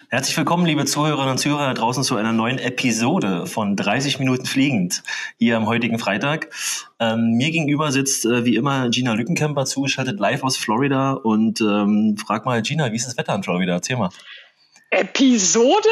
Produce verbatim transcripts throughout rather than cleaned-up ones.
Herzlich willkommen, liebe Zuhörerinnen und Zuhörer da draußen zu einer neuen Episode von dreißig Minuten fliegend hier am heutigen Freitag. Ähm, mir gegenüber sitzt äh, wie immer Gina Lückenkämper, zugeschaltet live aus Florida und ähm, frag mal, Gina, wie ist das Wetter in Florida? Erzähl mal. Episode?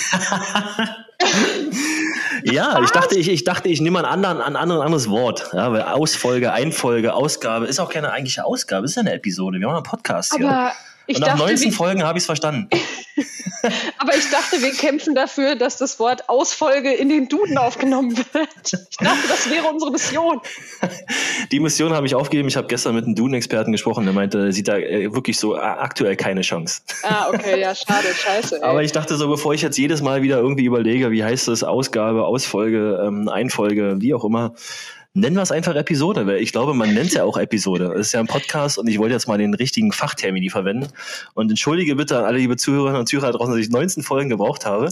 Ja, ich dachte, ich, ich dachte, ich nehme ein, anderen, ein anderes, anderes Wort. Ja, weil Ausfolge, Einfolge, Ausgabe ist auch keine eigentliche Ausgabe, ist ja eine Episode. Wir haben einen Podcast hier. Aber ich und nach dachte, neunzehn wir, Folgen habe ich es verstanden. aber ich dachte, wir kämpfen dafür, dass das Wort Ausfolge in den Duden aufgenommen wird. Ich dachte, das wäre unsere Mission. Die Mission habe ich aufgegeben. Ich habe gestern mit einem Duden-Experten gesprochen, der meinte, er sieht da wirklich so aktuell keine Chance. Ah, okay, ja, schade, scheiße. Ey. Aber ich dachte so, bevor ich jetzt jedes Mal wieder irgendwie überlege, wie heißt das, Ausgabe, Ausfolge, ähm, Einfolge, wie auch immer, nennen wir es einfach Episode, weil ich glaube, man nennt es ja auch Episode. Es ist ja ein Podcast und ich wollte jetzt mal den richtigen Fachtermini verwenden. Und entschuldige bitte an alle liebe Zuhörerinnen und Zuhörer draußen, dass ich neunzehn Folgen gebraucht habe.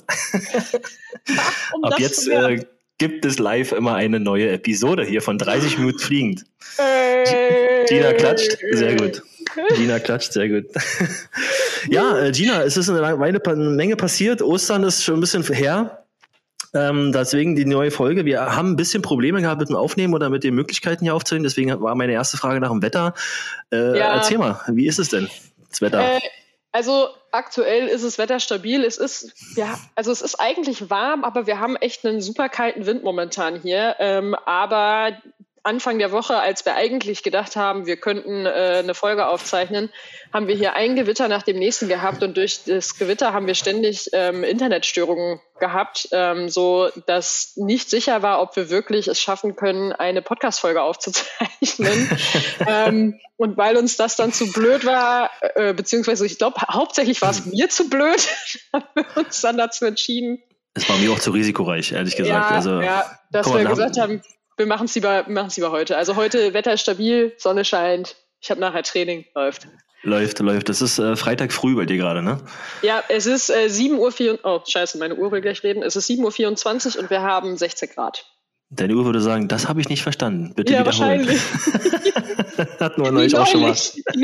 um Ab jetzt äh, gibt es live immer eine neue Episode hier von dreißig Minuten fliegend. Äh, Gina klatscht, sehr gut. Gina klatscht, sehr gut. Ja, äh, Gina, es ist eine, eine Menge passiert. Ostern ist schon ein bisschen her. Ähm, deswegen die neue Folge. Wir haben ein bisschen Probleme gehabt mit dem Aufnehmen oder mit den Möglichkeiten hier aufzunehmen. Deswegen war meine erste Frage nach dem Wetter. Äh, ja. Erzähl mal, wie ist es denn, das Wetter? Äh, also aktuell ist das Wetter stabil. Es ist, ja, also es ist eigentlich warm, aber wir haben echt einen super kalten Wind momentan hier. Ähm, aber Anfang der Woche, als wir eigentlich gedacht haben, wir könnten äh, eine Folge aufzeichnen, haben wir hier ein Gewitter nach dem nächsten gehabt und durch das Gewitter haben wir ständig ähm, Internetstörungen gehabt, ähm, so dass nicht sicher war, ob wir wirklich es schaffen können, eine Podcast-Folge aufzuzeichnen. ähm, und weil uns das dann zu blöd war, äh, beziehungsweise ich glaube, hauptsächlich war es mir zu blöd, haben wir uns dann dazu entschieden. Es war mir auch zu risikoreich, ehrlich gesagt. Ja, also, ja dass wir gesagt haben, wir machen es lieber, lieber heute. Also heute Wetter ist stabil, Sonne scheint. Ich habe nachher Training, läuft. Läuft, läuft. Das ist äh, Freitag früh bei dir gerade, ne? Ja, es ist äh, sieben Uhr vierundzwanzig. Oh, scheiße, meine Uhr will gleich reden. Es ist sieben Uhr vierundzwanzig und wir haben sechzehn Grad. Deine Uhr würde sagen, das habe ich nicht verstanden. Bitte ja, wiederholen. Wahrscheinlich. Hatten wir neulich auch schon mal.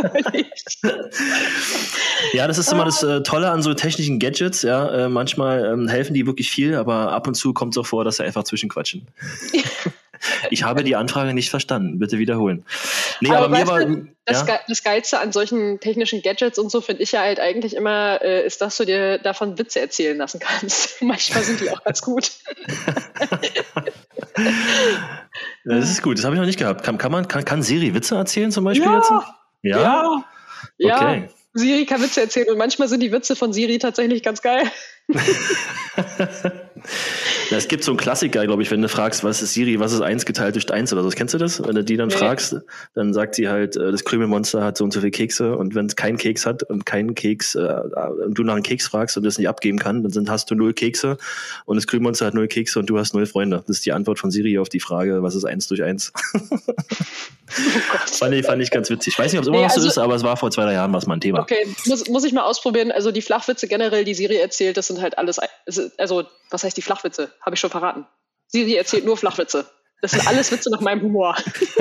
Ja, das ist immer das äh, Tolle an so technischen Gadgets. Ja, äh, manchmal ähm, helfen die wirklich viel, aber ab und zu kommt es auch vor, dass sie einfach zwischenquatschen. Ich habe die Anfrage nicht verstanden. Bitte wiederholen. Nee, aber, aber mir war, du, das, ja? Ge- das Geilste an solchen technischen Gadgets und so finde ich ja halt eigentlich immer, äh, ist, dass du dir davon Witze erzählen lassen kannst. Manchmal sind die auch ganz gut. Das ist gut. Das habe ich noch nicht gehabt. Kann, kann, man, kann, kann Siri Witze erzählen zum Beispiel ja, jetzt? Ja. Ja. ja. Okay. Siri kann Witze erzählen und manchmal sind die Witze von Siri tatsächlich ganz geil. Es gibt so einen Klassiker, glaube ich, wenn du fragst, was ist Siri, was ist eins geteilt durch eins oder so. Kennst du das? Wenn du die dann nee. fragst, dann sagt sie halt, das Krümelmonster hat so und so viele Kekse und wenn es keinen Keks hat und keinen Keks, äh, und du nach einem Keks fragst und das nicht abgeben kann, dann sind, hast du null Kekse und das Krümelmonster hat null Kekse und du hast null Freunde. Das ist die Antwort von Siri auf die Frage, was ist eins durch eins? Oh fand, ich, fand ich ganz witzig. Ich weiß nicht, ob es immer nee, noch so also, ist, aber es war vor zwei, drei Jahren was mal ein Thema. Okay, muss, muss ich mal ausprobieren. Also die Flachwitze generell, die Siri erzählt, das sind halt alles, also was heißt die Flachwitze? Habe ich schon verraten. Siri erzählt nur Flachwitze. Das sind alles Witze nach meinem Humor.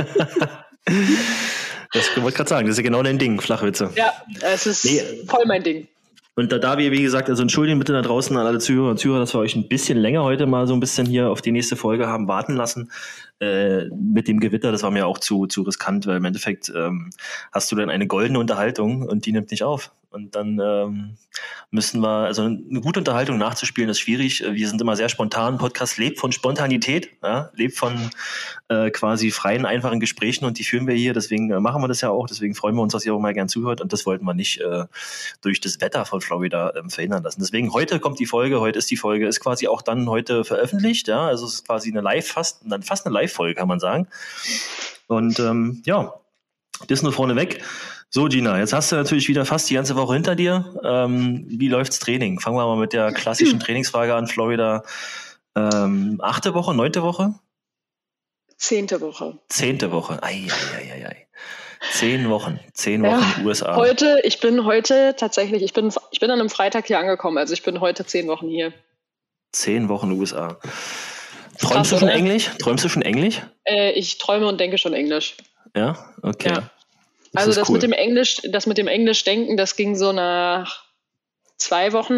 Das wollte ich gerade sagen, das ist ja genau dein Ding, Flachwitze. Ja, es ist nee. voll mein Ding. Und da, da wir, wie gesagt, also entschuldigen bitte da draußen an alle Zuhörer und Zuhörer, dass wir euch ein bisschen länger heute mal so ein bisschen hier auf die nächste Folge haben warten lassen. Äh, mit dem Gewitter, das war mir auch zu, zu riskant, weil im Endeffekt ähm, hast du dann eine goldene Unterhaltung und die nimmt nicht auf. Und dann ähm, müssen wir, also eine gute Unterhaltung nachzuspielen ist schwierig. Wir sind immer sehr spontan. Podcast lebt von Spontanität, ja? Lebt von äh, quasi freien, einfachen Gesprächen und die führen wir hier. Deswegen äh, machen wir das ja auch. Deswegen freuen wir uns, dass ihr auch mal gern zuhört und das wollten wir nicht äh, durch das Wetter von Florida ähm, verhindern lassen. Deswegen heute kommt die Folge, heute ist die Folge, ist quasi auch dann heute veröffentlicht. Ja, also es ist quasi eine Live, fast, dann fast eine Live-Folge, kann man sagen. Und ähm, ja, das nur vorneweg. So, Gina, jetzt hast du natürlich wieder fast die ganze Woche hinter dir. Ähm, wie läuft's Training? Fangen wir mal mit der klassischen Trainingsfrage an. Florida, ähm, achte Woche, neunte Woche? Zehnte Woche. Zehnte Woche. Ei, ei, ei, ei. Zehn Wochen. Zehn Wochen ja, U S A. Heute, ich bin heute tatsächlich, ich bin, ich bin an einem Freitag hier angekommen. Also ich bin heute zehn Wochen hier. Zehn Wochen U S A. Träumst Krass, du schon oder? Englisch? Träumst du schon Englisch? Äh, ich träume und denke schon Englisch. Ja? Okay. Ja. Das also das cool. mit dem Englisch, das mit dem Englisch denken, das ging so nach zwei Wochen.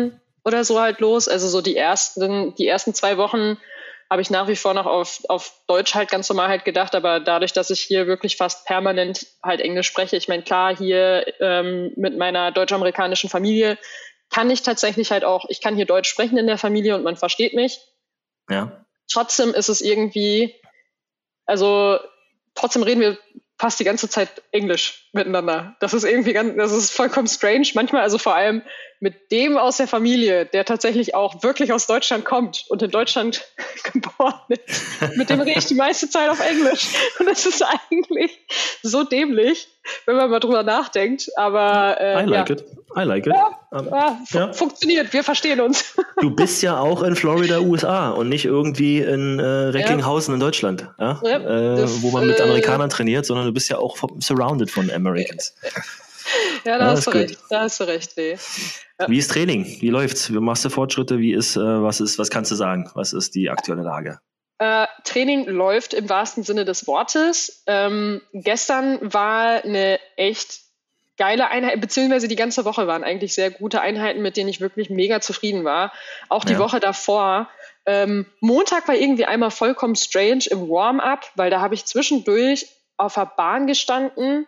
oder so halt los. Also so die ersten, die ersten zwei Wochen habe ich nach wie vor noch auf, auf Deutsch halt ganz normal halt gedacht, aber dadurch, dass ich hier wirklich fast permanent halt Englisch spreche, ich meine, klar, hier ähm, mit meiner deutsch-amerikanischen Familie kann ich tatsächlich halt auch, ich kann hier Deutsch sprechen in der Familie und man versteht mich. Ja. Trotzdem ist es irgendwie, also trotzdem reden wir fast die ganze Zeit Englisch miteinander. Das ist irgendwie ganz, das ist vollkommen strange. Manchmal, also vor allem mit dem aus der Familie, der tatsächlich auch wirklich aus Deutschland kommt und in Deutschland geboren ist, mit dem rede ich die meiste Zeit auf Englisch. Und das ist eigentlich so dämlich, wenn man mal drüber nachdenkt. Aber äh, I like ja. it. I like it. Ja, um, ja, fu- ja. Funktioniert, wir verstehen uns. Du bist ja auch in Florida, U S A und nicht irgendwie in äh, Recklinghausen in Deutschland, ja? Ja, äh, das, wo man mit äh, Amerikanern trainiert, sondern du bist ja auch vom, surrounded von Americans. Ja, da Ja, hast ist du gut. recht. Da hast du recht, nee. Ja. Wie ist Training? Wie läuft's? Wie machst du Fortschritte? Wie ist, äh, was ist, was kannst du sagen? Was ist die aktuelle Lage? Äh, Training läuft im wahrsten Sinne des Wortes. Ähm, gestern war eine echt geile Einheit, beziehungsweise die ganze Woche waren eigentlich sehr gute Einheiten, mit denen ich wirklich mega zufrieden war. Auch die Ja. Woche davor. Ähm, Montag war irgendwie einmal vollkommen strange im Warm-up, weil da habe ich zwischendurch auf der Bahn gestanden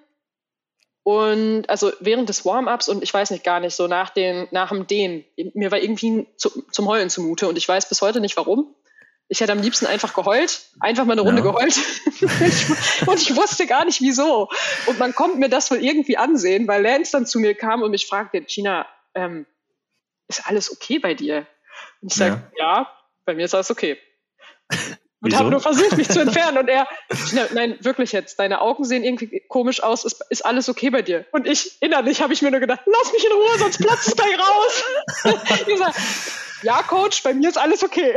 und also während des Warm-ups und ich weiß nicht gar nicht, so nach, den, nach dem Dehnen. Mir war irgendwie zu, zum Heulen zumute und ich weiß bis heute nicht warum. Ich hätte am liebsten einfach geheult, einfach mal eine Runde Ja. geheult. Und ich wusste gar nicht, wieso. Und man konnte mir das wohl irgendwie ansehen, weil Lance dann zu mir kam und mich fragte, Gina, ähm, ist alles okay bei dir? Und ich sage, ja. ja, bei mir ist alles okay. Und Wieso? habe nur versucht, mich zu entfernen. Und er, Gina, nein, wirklich jetzt, deine Augen sehen irgendwie komisch aus, ist, ist alles okay bei dir? Und ich, innerlich habe ich mir nur gedacht, lass mich in Ruhe, sonst platzt es gleich raus. Ich sag, ja, Coach, bei mir ist alles okay.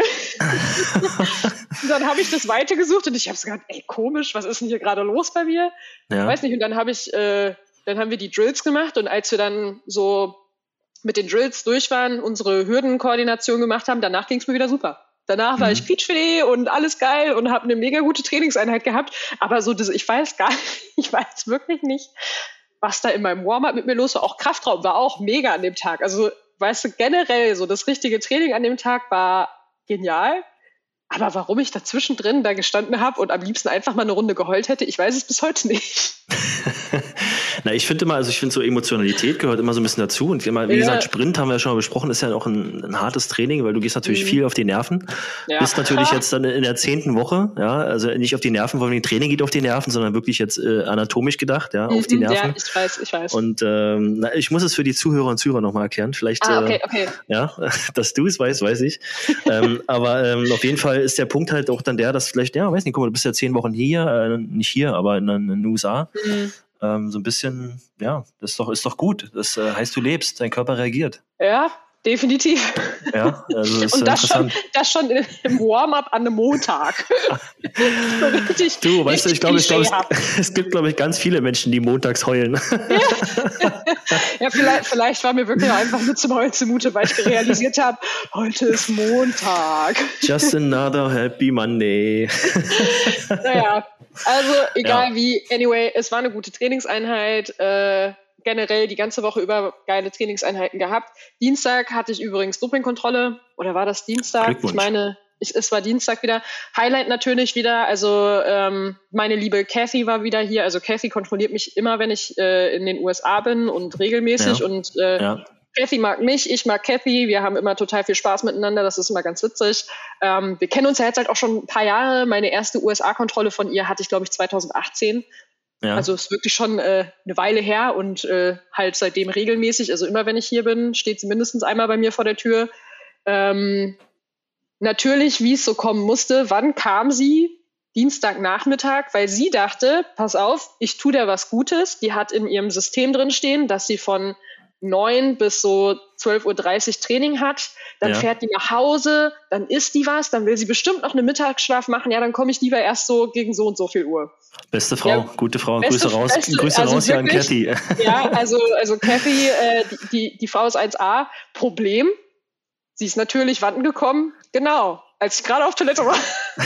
Und dann habe ich das weitergesucht und ich habe so gedacht, ey, komisch, was ist denn hier gerade los bei mir? Ja. Weiß nicht. Und dann habe ich, äh, dann haben wir die Drills gemacht und als wir dann so mit den Drills durch waren, unsere Hürdenkoordination gemacht haben, danach ging es mir wieder super. Danach Mhm. war ich quietschfähig und alles geil und habe eine mega gute Trainingseinheit gehabt. Aber so, das, ich weiß gar nicht, ich weiß wirklich nicht, was da in meinem Warm-up mit mir los war. Auch Kraftraum war auch mega an dem Tag. Also, weißt du, generell so das richtige Training an dem Tag war genial. Aber warum ich dazwischen drin da gestanden habe und am liebsten einfach mal eine Runde geheult hätte, ich weiß es bis heute nicht. Na, ich finde immer, also ich finde so Emotionalität gehört immer so ein bisschen dazu. Und wie, immer, wie Ja. gesagt, Sprint haben wir ja schon mal besprochen, ist ja auch ein, ein hartes Training, weil du gehst natürlich Mhm. viel auf die Nerven. Ja. Bist natürlich jetzt dann in der zehnten Woche, ja, also nicht auf die Nerven, weil das Training geht auf die Nerven, sondern wirklich jetzt äh, anatomisch gedacht, ja, auf die Mhm, Nerven. Ja, ich weiß, ich weiß. Und ähm, na, ich muss es für die Zuhörer und Zuhörer nochmal erklären. Vielleicht, ah, okay, äh, okay. ja, dass du es weißt, weiß ich. ähm, aber ähm, auf jeden Fall ist der Punkt halt auch dann der, dass vielleicht, ja, weiß nicht, guck mal, du bist ja zehn Wochen hier, äh, nicht hier, aber in, in den U S A. Mhm. Ähm, so ein bisschen, ja, das ist doch, ist doch gut. Das äh, heißt, du lebst, dein Körper reagiert. Ja, definitiv. Ja, also das ist Und das schon, interessant. das schon im Warm-up an einem Montag. So richtig, Du, weißt du, ich glaube, ich glaube, es, klischeehaft. es gibt, glaube ich, ganz viele Menschen, die montags heulen. Ja, vielleicht, vielleicht war mir wirklich auch einfach nur zum Heulen zumute, weil ich realisiert habe, heute ist Montag. Just another happy Monday. Naja, also egal Ja. wie, anyway, es war eine gute Trainingseinheit. Äh, generell die ganze Woche über geile Trainingseinheiten gehabt. Dienstag hatte ich übrigens Dopingkontrolle. Oder war das Dienstag? Glückwunsch. Ich meine, ich, es war Dienstag wieder. Highlight natürlich wieder. Also ähm, meine liebe Kathy war wieder hier. Also Kathy kontrolliert mich immer, wenn ich äh, in den U S A bin und regelmäßig. Ja. Und äh, Ja. Kathy mag mich, ich mag Kathy. Wir haben immer total viel Spaß miteinander. Das ist immer ganz witzig. Ähm, wir kennen uns ja jetzt halt auch schon ein paar Jahre. Meine erste U S A-Kontrolle von ihr hatte ich, glaube ich, zwanzig achtzehn. Ja. Also ist wirklich schon äh, eine Weile her und äh, halt seitdem regelmäßig. Also immer, wenn ich hier bin, steht sie mindestens einmal bei mir vor der Tür. Ähm, natürlich, wie es so kommen musste. Wann kam sie? Dienstagnachmittag, weil sie dachte, pass auf, ich tue dir was Gutes. Die hat in ihrem System drin stehen, dass sie von neun bis so zwölf Uhr dreißig Training hat, dann Ja. fährt die nach Hause, dann isst die was, dann will sie bestimmt noch einen Mittagsschlaf machen, ja, dann komme ich lieber erst so gegen so und so viel Uhr. Beste Frau, Ja. gute Frau. Beste- Grüße raus, beste- Grüße also raus hier an wirklich. Kathy. Ja, also, also Kathy, äh, die, die, die Frau ist eins A. Problem, sie ist natürlich wanden gekommen, genau, als ich gerade auf Toilette war.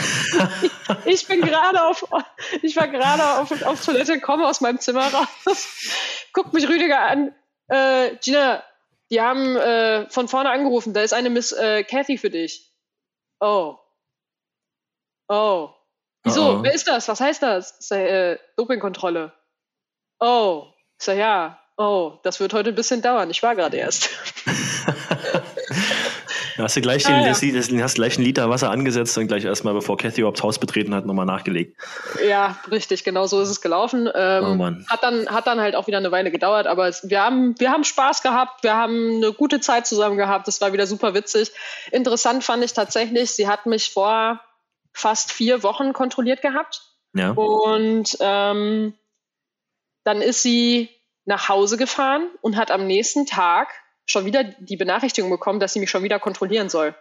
ich bin gerade auf, ich war gerade auf, auf Toilette, komme aus meinem Zimmer raus, guckt mich Rüdiger an, äh, Gina, die haben äh, von vorne angerufen, da ist eine Miss äh, Kathy für dich. Oh. Oh. Wieso? Oh, oh. Wer ist das? Was heißt das? Ich sag, äh, Dopingkontrolle. Oh. Ich sag, ja. Oh, das wird heute ein bisschen dauern. Ich war gerade erst. Da hast du gleich, ah, den, ja. hast gleich einen Liter Wasser angesetzt und gleich erstmal, bevor Kathy überhaupt Haus betreten hat, nochmal nachgelegt. Ja, richtig, genau so ist es gelaufen. Ähm, oh Mann. Hat dann, hat dann halt auch wieder eine Weile gedauert, aber es, wir haben, wir haben Spaß gehabt, wir haben eine gute Zeit zusammen gehabt, das war wieder super witzig. Interessant fand ich tatsächlich, sie hat mich vor fast vier Wochen kontrolliert gehabt. Ja. Und ähm, dann ist sie nach Hause gefahren und hat am nächsten Tag schon wieder die Benachrichtigung bekommen, dass sie mich schon wieder kontrollieren soll.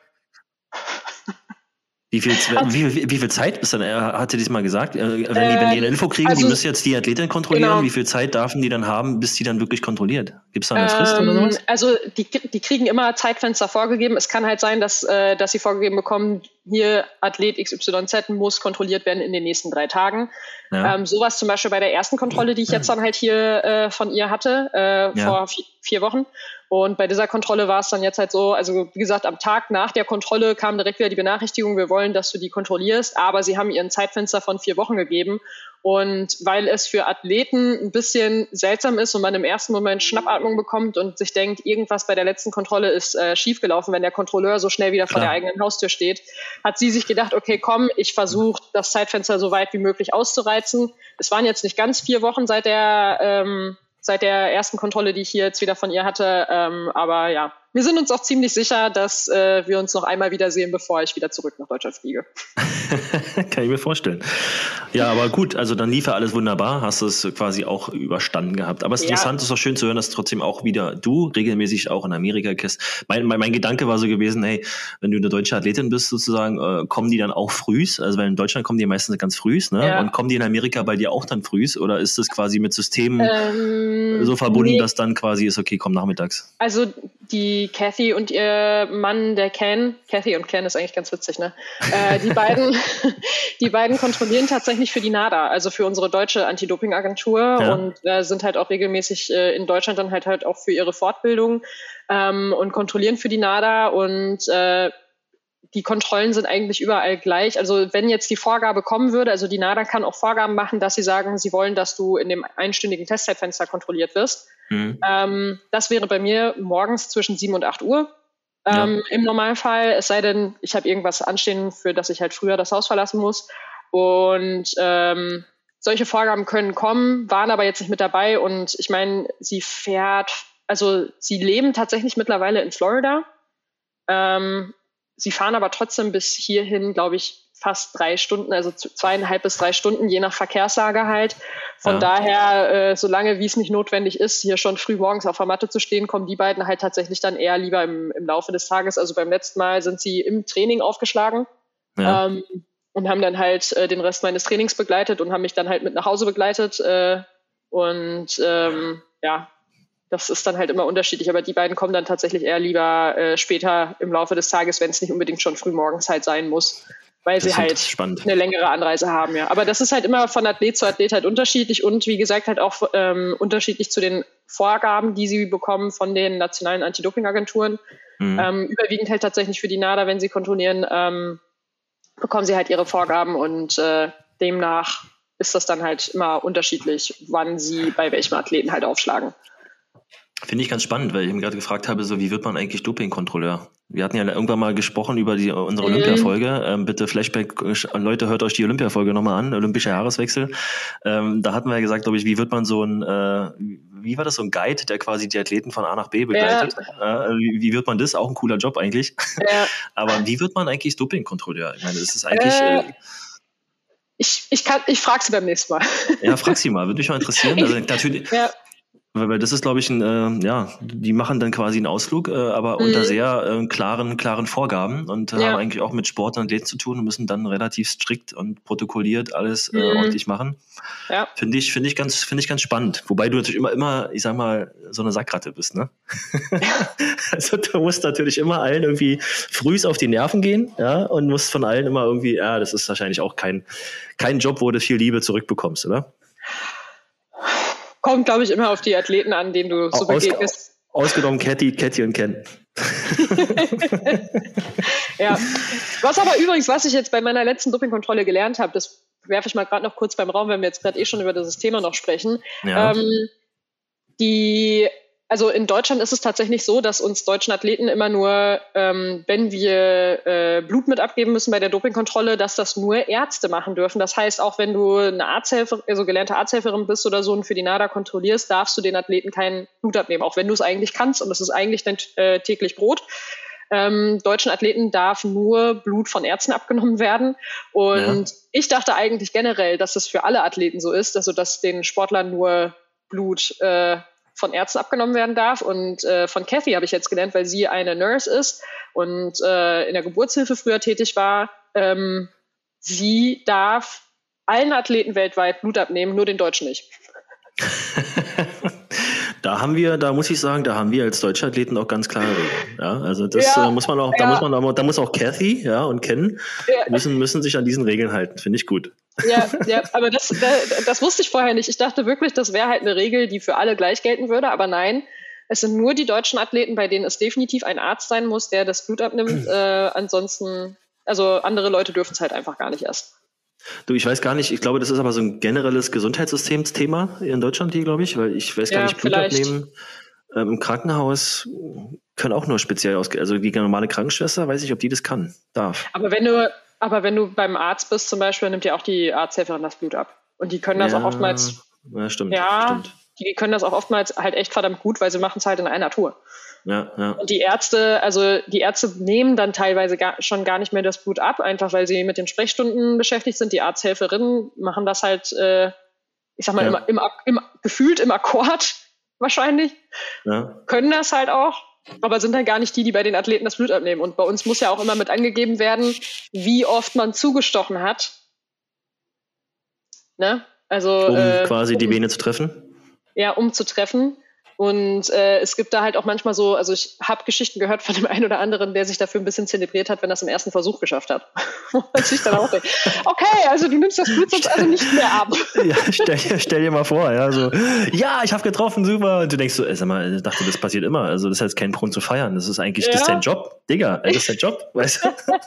Wie viel, wie, wie, wie viel Zeit bis dann? Er hatte diesmal gesagt, wenn die, wenn die eine Info kriegen, also, die müssen jetzt die Athletin kontrollieren, genau. Wie viel Zeit dürfen die dann haben, bis die dann wirklich kontrolliert? Gibt es da eine Frist ähm, oder sowas? Also die, die kriegen immer Zeitfenster vorgegeben. Es kann halt sein, dass, äh, dass sie vorgegeben bekommen, hier Athlet X Y Z muss kontrolliert werden in den nächsten drei Tagen. Ja. Ähm, sowas zum Beispiel bei der ersten Kontrolle, die ich jetzt dann halt hier äh, von ihr hatte, äh, ja. vor vier, vier Wochen. Und bei dieser Kontrolle war es dann jetzt halt so, also wie gesagt, am Tag nach der Kontrolle kam direkt wieder die Benachrichtigung, wir wollen, dass du die kontrollierst, aber sie haben ihr ein Zeitfenster von vier Wochen gegeben. Und weil es für Athleten ein bisschen seltsam ist und man im ersten Moment Schnappatmung bekommt und sich denkt, irgendwas bei der letzten Kontrolle ist äh, schiefgelaufen, wenn der Kontrolleur so schnell wieder vor Klar. der eigenen Haustür steht, hat sie sich gedacht, okay, komm, ich versuche das Zeitfenster so weit wie möglich auszureizen. Es waren jetzt nicht ganz vier Wochen seit der ähm, seit der ersten Kontrolle, die ich hier jetzt wieder von ihr hatte. Ähm, aber ja, wir sind uns auch ziemlich sicher, dass äh, wir uns noch einmal wiedersehen, bevor ich wieder zurück nach Deutschland fliege. Kann ich mir vorstellen. Ja, aber gut, also dann lief ja alles wunderbar, hast du es quasi auch überstanden gehabt. Aber es ist ja. interessant, es ist auch schön zu hören, dass trotzdem auch wieder du regelmäßig auch in Amerika bist. Mein, mein, mein Gedanke war so gewesen, hey, wenn du eine deutsche Athletin bist sozusagen, äh, kommen die dann auch frühs? Also weil in Deutschland kommen die meistens ganz frühs, ne? Ja. Und kommen die in Amerika bei dir auch dann frühs? Oder ist das quasi mit Systemen ähm, so verbunden, nee. dass dann quasi ist, okay, komm nachmittags? Also die Kathy und ihr Mann, der Ken, Kathy und Ken ist eigentlich ganz witzig, ne? Äh, die beiden, die beiden kontrollieren tatsächlich für die NADA, also für unsere deutsche Anti-Doping-Agentur ja. und äh, sind halt auch regelmäßig äh, in Deutschland dann halt halt auch für ihre Fortbildung ähm, und kontrollieren für die NADA und äh, die Kontrollen sind eigentlich überall gleich. Also wenn jetzt die Vorgabe kommen würde, also die NADA kann auch Vorgaben machen, dass sie sagen, sie wollen, dass du in dem einstündigen Testzeitfenster kontrolliert wirst. Mhm. Ähm, das wäre bei mir morgens zwischen sieben und acht Uhr. Ähm, ja. Im Normalfall, es sei denn, ich habe irgendwas anstehen, für das ich halt früher das Haus verlassen muss. Und ähm, solche Vorgaben können kommen, waren aber jetzt nicht mit dabei. Und ich meine, sie fährt, also sie leben tatsächlich mittlerweile in Florida. Ähm, Sie fahren aber trotzdem bis hierhin, glaube ich, fast drei Stunden, also zweieinhalb bis drei Stunden, je nach Verkehrslage halt. Von ja. daher, äh, solange wie es nicht notwendig ist, hier schon früh morgens auf der Matte zu stehen, kommen die beiden halt tatsächlich dann eher lieber im, im Laufe des Tages. Also beim letzten Mal sind sie im Training aufgeschlagen ja. ähm, und haben dann halt äh, den Rest meines Trainings begleitet und haben mich dann halt mit nach Hause begleitet. Äh, und ähm, ja, das ist dann halt immer unterschiedlich, aber die beiden kommen dann tatsächlich eher lieber äh, später im Laufe des Tages, wenn es nicht unbedingt schon früh morgens halt sein muss, weil das sie halt spannend. Eine längere Anreise haben. Ja. Aber das ist halt immer von Athlet zu Athlet halt unterschiedlich und wie gesagt halt auch ähm, unterschiedlich zu den Vorgaben, die sie bekommen von den nationalen Anti-Doping-Agenturen. Mhm. Ähm, überwiegend halt tatsächlich für die NADA, wenn sie kontrollieren, ähm, bekommen sie halt ihre Vorgaben und äh, demnach ist das dann halt immer unterschiedlich, wann sie bei welchem Athleten halt aufschlagen. Finde ich ganz spannend, weil ich mir gerade gefragt habe, so wie wird man eigentlich Dopingkontrolleur? Wir hatten ja irgendwann mal gesprochen über die, unsere mhm. Olympia-Folge. Ähm, bitte Flashback, Leute, hört euch die Olympia-Folge nochmal an, olympischer Jahreswechsel. Ähm, da hatten wir ja gesagt, glaube ich, wie wird man so ein, äh, wie war das, so ein Guide, der quasi die Athleten von A nach B begleitet? Ja. Äh, wie, wie wird man das? Auch ein cooler Job eigentlich. Ja. Aber wie wird man eigentlich Dopingkontrolleur? Ich meine, das ist eigentlich... Äh, äh, ich ich, kann, ich frage sie beim nächsten Mal. Ja, frag sie mal, würde mich mal interessieren. Also, natürlich... Ja. Weil das ist, glaube ich, ein, äh, ja, die machen dann quasi einen Ausflug, äh, aber mhm. unter sehr äh, klaren, klaren Vorgaben und äh, ja. haben eigentlich auch mit Sport und Athleten zu tun und müssen dann relativ strikt und protokolliert alles äh, mhm. ordentlich machen. Ja. Finde ich, finde ich ganz, finde ich ganz spannend. Wobei du natürlich immer, immer, ich sag mal, so eine Sackratte bist, ne? Also du musst natürlich immer allen irgendwie frühs auf die Nerven gehen, ja, und musst von allen immer irgendwie, ja, das ist wahrscheinlich auch kein, kein Job, wo du viel Liebe zurückbekommst, oder? Kommt, glaube ich, immer auf die Athleten an, denen du so begegnest. Ausgenommen Cathy, Cathy und Ken. Ja. Was aber übrigens, was ich jetzt bei meiner letzten Dopingkontrolle gelernt habe, das werfe ich mal gerade noch kurz beim Raum, wenn wir jetzt gerade eh schon über dieses Thema noch sprechen. Ja. Ähm, die, also in Deutschland ist es tatsächlich so, dass uns deutschen Athleten immer nur, ähm, wenn wir äh, Blut mit abgeben müssen bei der Dopingkontrolle, dass das nur Ärzte machen dürfen. Das heißt, auch wenn du eine Arzthelferin, also gelernte Arzthelferin bist oder so und für die NADA kontrollierst, darfst du den Athleten kein Blut abnehmen, auch wenn du es eigentlich kannst und das ist eigentlich dein äh, täglich Brot. Ähm, deutschen Athleten darf nur Blut von Ärzten abgenommen werden. Und ja. ich dachte eigentlich generell, dass es für alle Athleten so ist, also dass den Sportlern nur Blut äh, von Ärzten abgenommen werden darf. Und äh, von Cathy habe ich jetzt gelernt, weil sie eine Nurse ist und äh, in der Geburtshilfe früher tätig war. Ähm, sie darf allen Athleten weltweit Blut abnehmen, nur den Deutschen nicht. Da haben wir, da muss ich sagen, da haben wir als deutsche Athleten auch ganz klare Regeln. Ja, also das ja, äh, muss man auch, da ja. muss man auch, da muss auch Cathy, ja, und Ken ja. müssen, müssen sich an diesen Regeln halten. Finde ich gut. Ja, ja, aber das, das, das wusste ich vorher nicht. Ich dachte wirklich, das wäre halt eine Regel, die für alle gleich gelten würde, aber nein. Es sind nur die deutschen Athleten, bei denen es definitiv ein Arzt sein muss, der das Blut abnimmt. Äh, ansonsten, also andere Leute dürfen es halt einfach gar nicht erst. Du, ich weiß gar nicht, ich glaube, das ist aber so ein generelles Gesundheitssystemsthema in Deutschland hier, glaube ich, weil ich weiß gar ja, nicht, Blut vielleicht. abnehmen ähm, im Krankenhaus können auch nur speziell ausge... Also die normale Krankenschwester, weiß ich, ob die das kann, darf. Aber wenn du, aber wenn du beim Arzt bist zum Beispiel, nimmt ja auch die Arzthelferin das Blut ab. Und die können das ja, auch oftmals... Ja, stimmt. Ja, stimmt. Die können das auch oftmals halt echt verdammt gut, weil sie machen es halt in einer Tour. Ja, ja. Und die Ärzte, also die Ärzte nehmen dann teilweise gar, schon gar nicht mehr das Blut ab, einfach weil sie mit den Sprechstunden beschäftigt sind. Die Arzthelferinnen machen das halt, äh, ich sag mal, ja. im, im, im, gefühlt im Akkord wahrscheinlich. Ja. Können das halt auch, aber sind dann gar nicht die, die bei den Athleten das Blut abnehmen. Und bei uns muss ja auch immer mit angegeben werden, wie oft man zugestochen hat. Ne? Also, um äh, quasi um, die Vene zu treffen? Ja, um zu treffen. Und äh, es gibt da halt auch manchmal so, also ich habe Geschichten gehört von dem einen oder anderen, der sich dafür ein bisschen zelebriert hat, wenn er es im ersten Versuch geschafft hat. Und ich dann auch denke, okay, also du nimmst das Blut sonst also nicht mehr ab. Ja, stell, stell dir mal vor, ja, so, ja, ich habe getroffen, super. Und du denkst so, ey, sag mal, ich dachte, das passiert immer. Also das ist jetzt kein Grund zu feiern. Das ist eigentlich, ja. das ist dein Job, Digga, das ist dein Job, weißt du?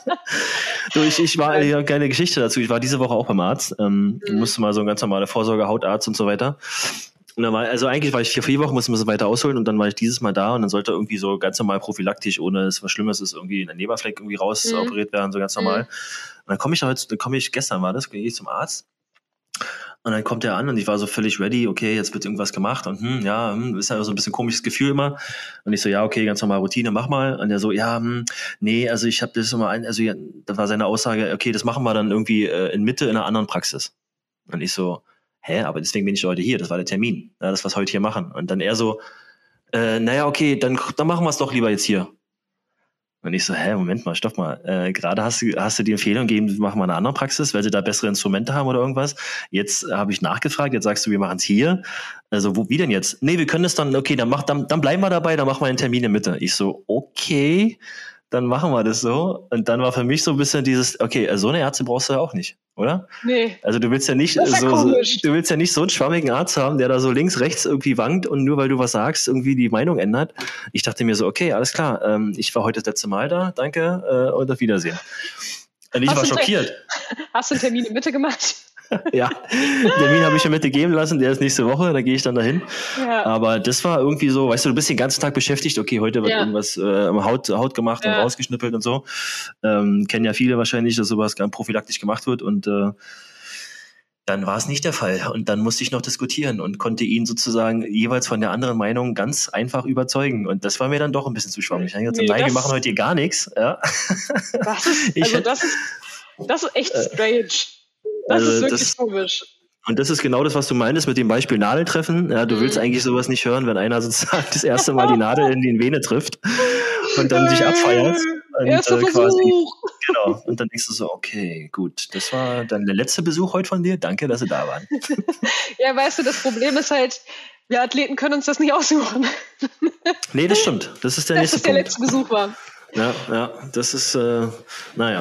Du, ich, ich war, ich habe keine Geschichte dazu. Ich war diese Woche auch beim Arzt, ähm, mhm. musste mal so ein ganz normaler Vorsorge, Hautarzt und so weiter. Und dann war, also eigentlich war ich vier, vier Wochen, musste ein bisschen weiter ausholen und dann war ich dieses Mal da und dann sollte irgendwie so ganz normal prophylaktisch, ohne es was Schlimmes ist, irgendwie ein Leberfleck irgendwie raus mhm. operiert werden, so ganz normal. Mhm. Und dann komme ich da heute, dann komme ich, gestern war das, gehe ich zum Arzt und dann kommt er an und ich war so völlig ready, okay, jetzt wird irgendwas gemacht und hm, ja, hm, ist ja so ein bisschen komisches Gefühl immer. Und ich so, ja, okay, ganz normal Routine, mach mal. Und er so, ja, hm, nee, also ich habe das immer ein, also ja, das war seine Aussage, okay, das machen wir dann irgendwie äh, in Mitte in einer anderen Praxis. Und ich so, hä, aber deswegen bin ich heute hier, das war der Termin, ja, das, was wir heute hier machen. Und dann er so, äh, naja, okay, dann, dann machen wir es doch lieber jetzt hier. Und ich so, hä, Moment mal, stopp mal, äh, gerade hast du, hast du die Empfehlung gegeben, wir machen mal eine andere Praxis, weil sie da bessere Instrumente haben oder irgendwas. Jetzt habe ich nachgefragt, jetzt sagst du, wir machen es hier. Also, wo, wie denn jetzt? Nee, wir können es dann, okay, dann, mach, dann, dann bleiben wir dabei, dann machen wir einen Termin in Mitte. Ich so, okay, dann machen wir das so. Und dann war für mich so ein bisschen dieses, okay, so eine Ärzte brauchst du ja auch nicht, oder? Nee. Also du willst ja nicht das ist ja so, so, komisch. du willst ja nicht so einen schwammigen Arzt haben, der da so links, rechts irgendwie wankt und nur weil du was sagst, irgendwie die Meinung ändert. Ich dachte mir so, okay, alles klar, ähm, ich war heute das letzte Mal da, danke äh, und auf Wiedersehen. Und ich hast war schockiert. Hast du einen Termin in Mitte gemacht? Ja, den Termin habe ich schon mitgegeben lassen, der ist nächste Woche, da gehe ich dann dahin. Ja. Aber das war irgendwie so, weißt du, du bist den ganzen Tag beschäftigt, okay, heute wird ja. irgendwas äh, Haut, Haut gemacht ja. und rausgeschnippelt und so. Ähm, kennen ja viele wahrscheinlich, dass sowas ganz prophylaktisch gemacht wird und äh, dann war es nicht der Fall. Und dann musste ich noch diskutieren und konnte ihn sozusagen jeweils von der anderen Meinung ganz einfach überzeugen. Und das war mir dann doch ein bisschen zu schwammig. Ich habe gesagt, nee, nein, wir machen heute hier gar nichts. Ja. Das ist, also das ist, das ist echt strange. Das also ist wirklich das, komisch. Und das ist genau das, was du meinst mit dem Beispiel Nadel treffen. Ja, du mhm. willst eigentlich sowas nicht hören, wenn einer sozusagen das erste Mal die Nadel in die Vene trifft und dann sich abfeiert. Und, Erster äh, Versuch. Quasi, genau. Und dann denkst du so, okay, gut, das war dann der letzte Besuch heute von dir. Danke, dass Sie da waren. Ja, weißt du, das Problem ist halt, wir Athleten können uns das nicht aussuchen. Nee, das stimmt. Das ist der das nächste ist der Punkt. letzte Besuch war. Ja, ja, das ist, äh, naja.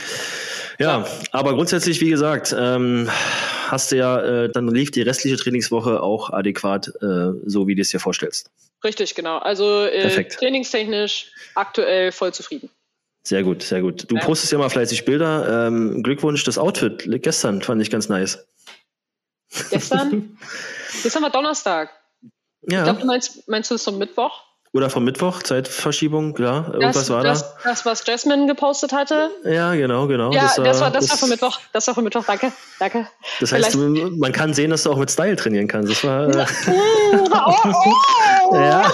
Ja, ja, aber grundsätzlich, wie gesagt, ähm, hast du ja, äh, dann lief die restliche Trainingswoche auch adäquat, äh, so wie du es dir vorstellst. Richtig, genau. Also äh, trainingstechnisch aktuell voll zufrieden. Sehr gut, sehr gut. Du ja. postest ja mal fleißig Bilder. Ähm, Glückwunsch, das Outfit gestern fand ich ganz nice. Gestern? Gestern war Donnerstag. Ja. Ich glaube, du meinst, meinst du es vom Mittwoch? Oder vom Mittwoch, Zeitverschiebung, klar. Irgendwas das, war das, da. Das, was Jasmine gepostet hatte? Ja, genau, genau. Ja, das war, das war, das war vom Mittwoch. Das war vom Mittwoch, danke. danke. Das heißt, du, man kann sehen, dass du auch mit Style trainieren kannst. Das war. Äh oh, oh, oh. Ja.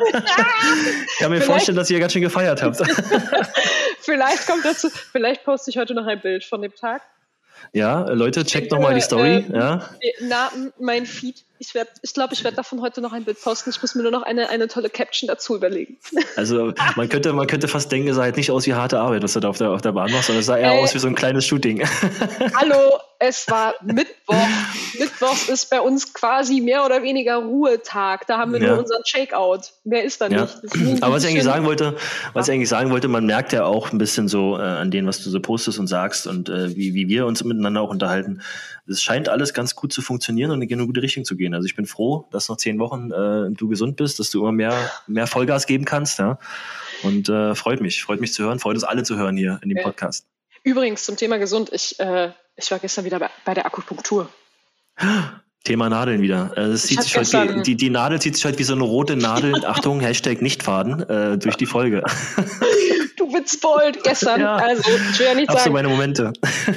Ich kann mir vielleicht vorstellen, dass ihr ganz schön gefeiert habt. Vielleicht kommt dazu, vielleicht poste ich heute noch ein Bild von dem Tag. Ja, Leute, checkt nochmal die Story. Äh, ja. Na, mein Feed. Ich, werd, ich glaube, ich werde davon heute noch ein Bild posten. Ich muss mir nur noch eine, eine tolle Caption dazu überlegen. Also man könnte, man könnte fast denken, es sah halt nicht aus wie harte Arbeit, was du da auf der, auf der Bahn machst, sondern es sah eher äh, aus wie so ein kleines Shooting. Hallo, es war Mittwoch. Mittwochs ist bei uns quasi mehr oder weniger Ruhetag. Da haben wir ja. nur unseren Shakeout. Mehr ist da ja. nicht. Aber was ich eigentlich sagen wollte, was ja. ich eigentlich sagen wollte, man merkt ja auch ein bisschen so äh, an dem, was du so postest und sagst und äh, wie, wie wir uns miteinander auch unterhalten. Es scheint alles ganz gut zu funktionieren und in eine gute Richtung zu gehen. Also ich bin froh, dass noch zehn Wochen äh, du gesund bist, dass du immer mehr, mehr Vollgas geben kannst. Ja? Und äh, freut mich, freut mich zu hören, freut uns alle zu hören hier in dem Podcast. Übrigens zum Thema gesund, ich, äh, ich war gestern wieder bei, bei der Akupunktur. Thema Nadeln wieder. Es zieht sich heute, die, die Nadel zieht sich heute wie so eine rote Nadel, Achtung, Hashtag Nichtfaden, äh, durch die Folge. Du witzbold gestern, ja. Also ich will ja nicht Hab sagen. so meine Momente.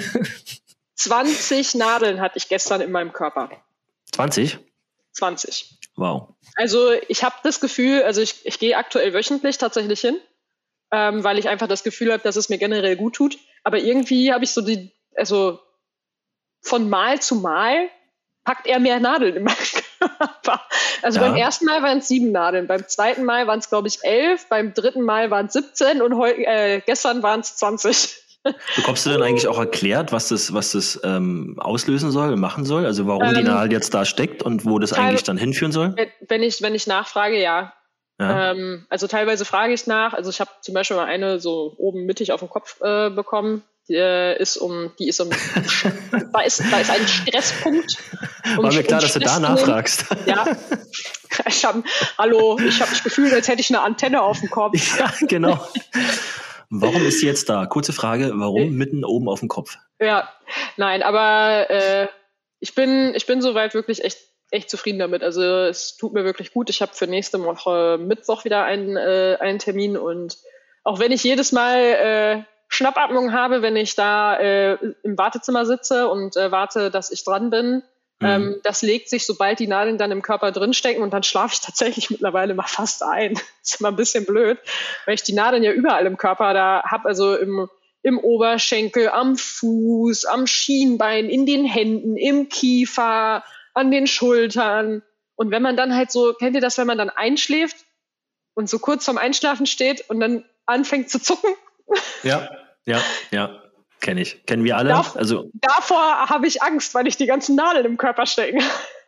zwanzig Nadeln hatte ich gestern in meinem Körper. zwanzig? zwanzig. Wow. Also ich habe das Gefühl, also ich, ich gehe aktuell wöchentlich tatsächlich hin, ähm, weil ich einfach das Gefühl habe, dass es mir generell gut tut. Aber irgendwie habe ich so die, also von Mal zu Mal packt er mehr Nadeln in meinen Körper. Also ja. Beim ersten Mal waren es sieben Nadeln, beim zweiten Mal waren es, glaube ich, elf, beim dritten Mal waren es siebzehn und heu, äh, gestern waren es zwanzig. Bekommst du denn eigentlich auch erklärt, was das, was das ähm, auslösen soll, machen soll? Also warum ähm, die Nadel jetzt da steckt und wo das eigentlich dann hinführen soll? Wenn ich, wenn ich nachfrage, ja. ja. Ähm, also teilweise frage ich nach. Also ich habe zum Beispiel mal eine so oben mittig auf dem Kopf äh, bekommen. Die äh, ist um, die ist um, da ist, da ist ein Stresspunkt. Um, War mir klar, um dass du da nachfragst. Ja. Ich hab, hallo, ich habe mich gefühlt, als hätte ich eine Antenne auf dem Kopf. Ja, genau. Warum ist sie jetzt da? Kurze Frage, warum mitten oben auf dem Kopf? Ja, nein, aber äh, ich bin, ich bin soweit wirklich echt, echt zufrieden damit. Also es tut mir wirklich gut. Ich habe für nächste Woche Mittwoch wieder einen, äh, einen Termin und auch wenn ich jedes Mal äh, Schnappatmung habe, wenn ich da äh, im Wartezimmer sitze und äh, warte, dass ich dran bin, mhm. ähm, das legt sich, sobald die Nadeln dann im Körper drinstecken und dann schlafe ich tatsächlich mittlerweile mal fast ein. Das ist immer ein bisschen blöd, weil ich die Nadeln ja überall im Körper da habe, also im, im Oberschenkel, am Fuß, am Schienbein, in den Händen, im Kiefer, an den Schultern. Und wenn man dann halt so, kennt ihr das, wenn man dann einschläft und so kurz vorm Einschlafen steht und dann anfängt zu zucken? Ja, ja, ja, kenne ich. Kennen wir alle. Dav- also Davor habe ich Angst, weil ich die ganzen Nadeln im Körper stecken.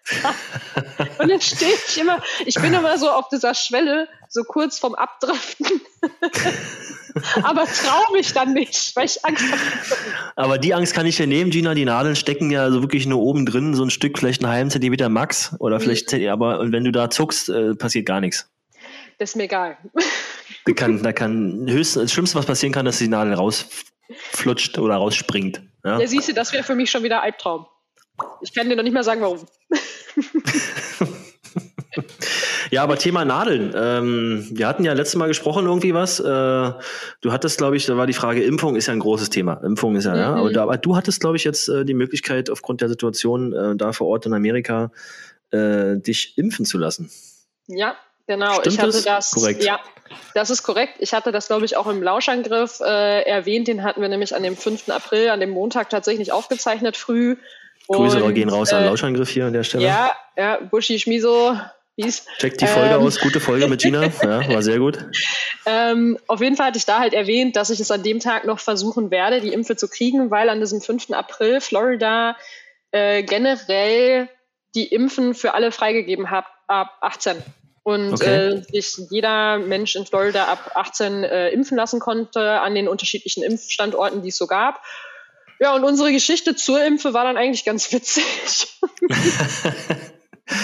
Und dann stehe ich immer, ich bin immer so auf dieser Schwelle, so kurz vorm Abdriften. Aber traue mich dann nicht, weil ich Angst habe. Aber die Angst kann ich ja nehmen, Gina. Die Nadeln stecken ja so wirklich nur oben drin, so ein Stück, vielleicht einen halben Zentimeter max. Oder vielleicht, mhm. aber und wenn du da zuckst, äh, passiert gar nichts. Das ist mir egal. Da kann, da kann höchstens, das Schlimmste, was passieren kann, dass die Nadel rausflutscht oder rausspringt. Ja, ja siehst du, das wäre für mich schon wieder Albtraum. Ich kann dir noch nicht mal sagen, warum. Ja, aber Thema Nadeln. Ähm, wir hatten ja letztes Mal gesprochen irgendwie was. Äh, du hattest, glaube ich, da war die Frage, Impfung ist ja ein großes Thema. Impfung ist ja, mhm. ja. Aber, da, aber du hattest, glaube ich, jetzt äh, die Möglichkeit, aufgrund der Situation äh, da vor Ort in Amerika, äh, dich impfen zu lassen. Ja, genau. Stimmt ich hatte das? das. Korrekt. Ja, das ist korrekt. Ich hatte das, glaube ich, auch im Lauschangriff äh, erwähnt. Den hatten wir nämlich an dem fünften April, an dem Montag tatsächlich aufgezeichnet, früh. Grüße Und, gehen raus äh, an Lauschangriff hier an der Stelle. Ja, ja, Buschi Schmiso. Checkt die Folge ähm, aus, gute Folge mit Gina, ja, war sehr gut. Ähm, auf jeden Fall hatte ich da halt erwähnt, dass ich es an dem Tag noch versuchen werde, die Impfe zu kriegen, weil an diesem fünften April Florida äh, generell die Impfen für alle freigegeben hat ab achtzehn. Und okay. äh, sich jeder Mensch in Florida ab achtzehn äh, impfen lassen konnte an den unterschiedlichen Impfstandorten, die es so gab. Ja, und unsere Geschichte zur Impfe war dann eigentlich ganz witzig.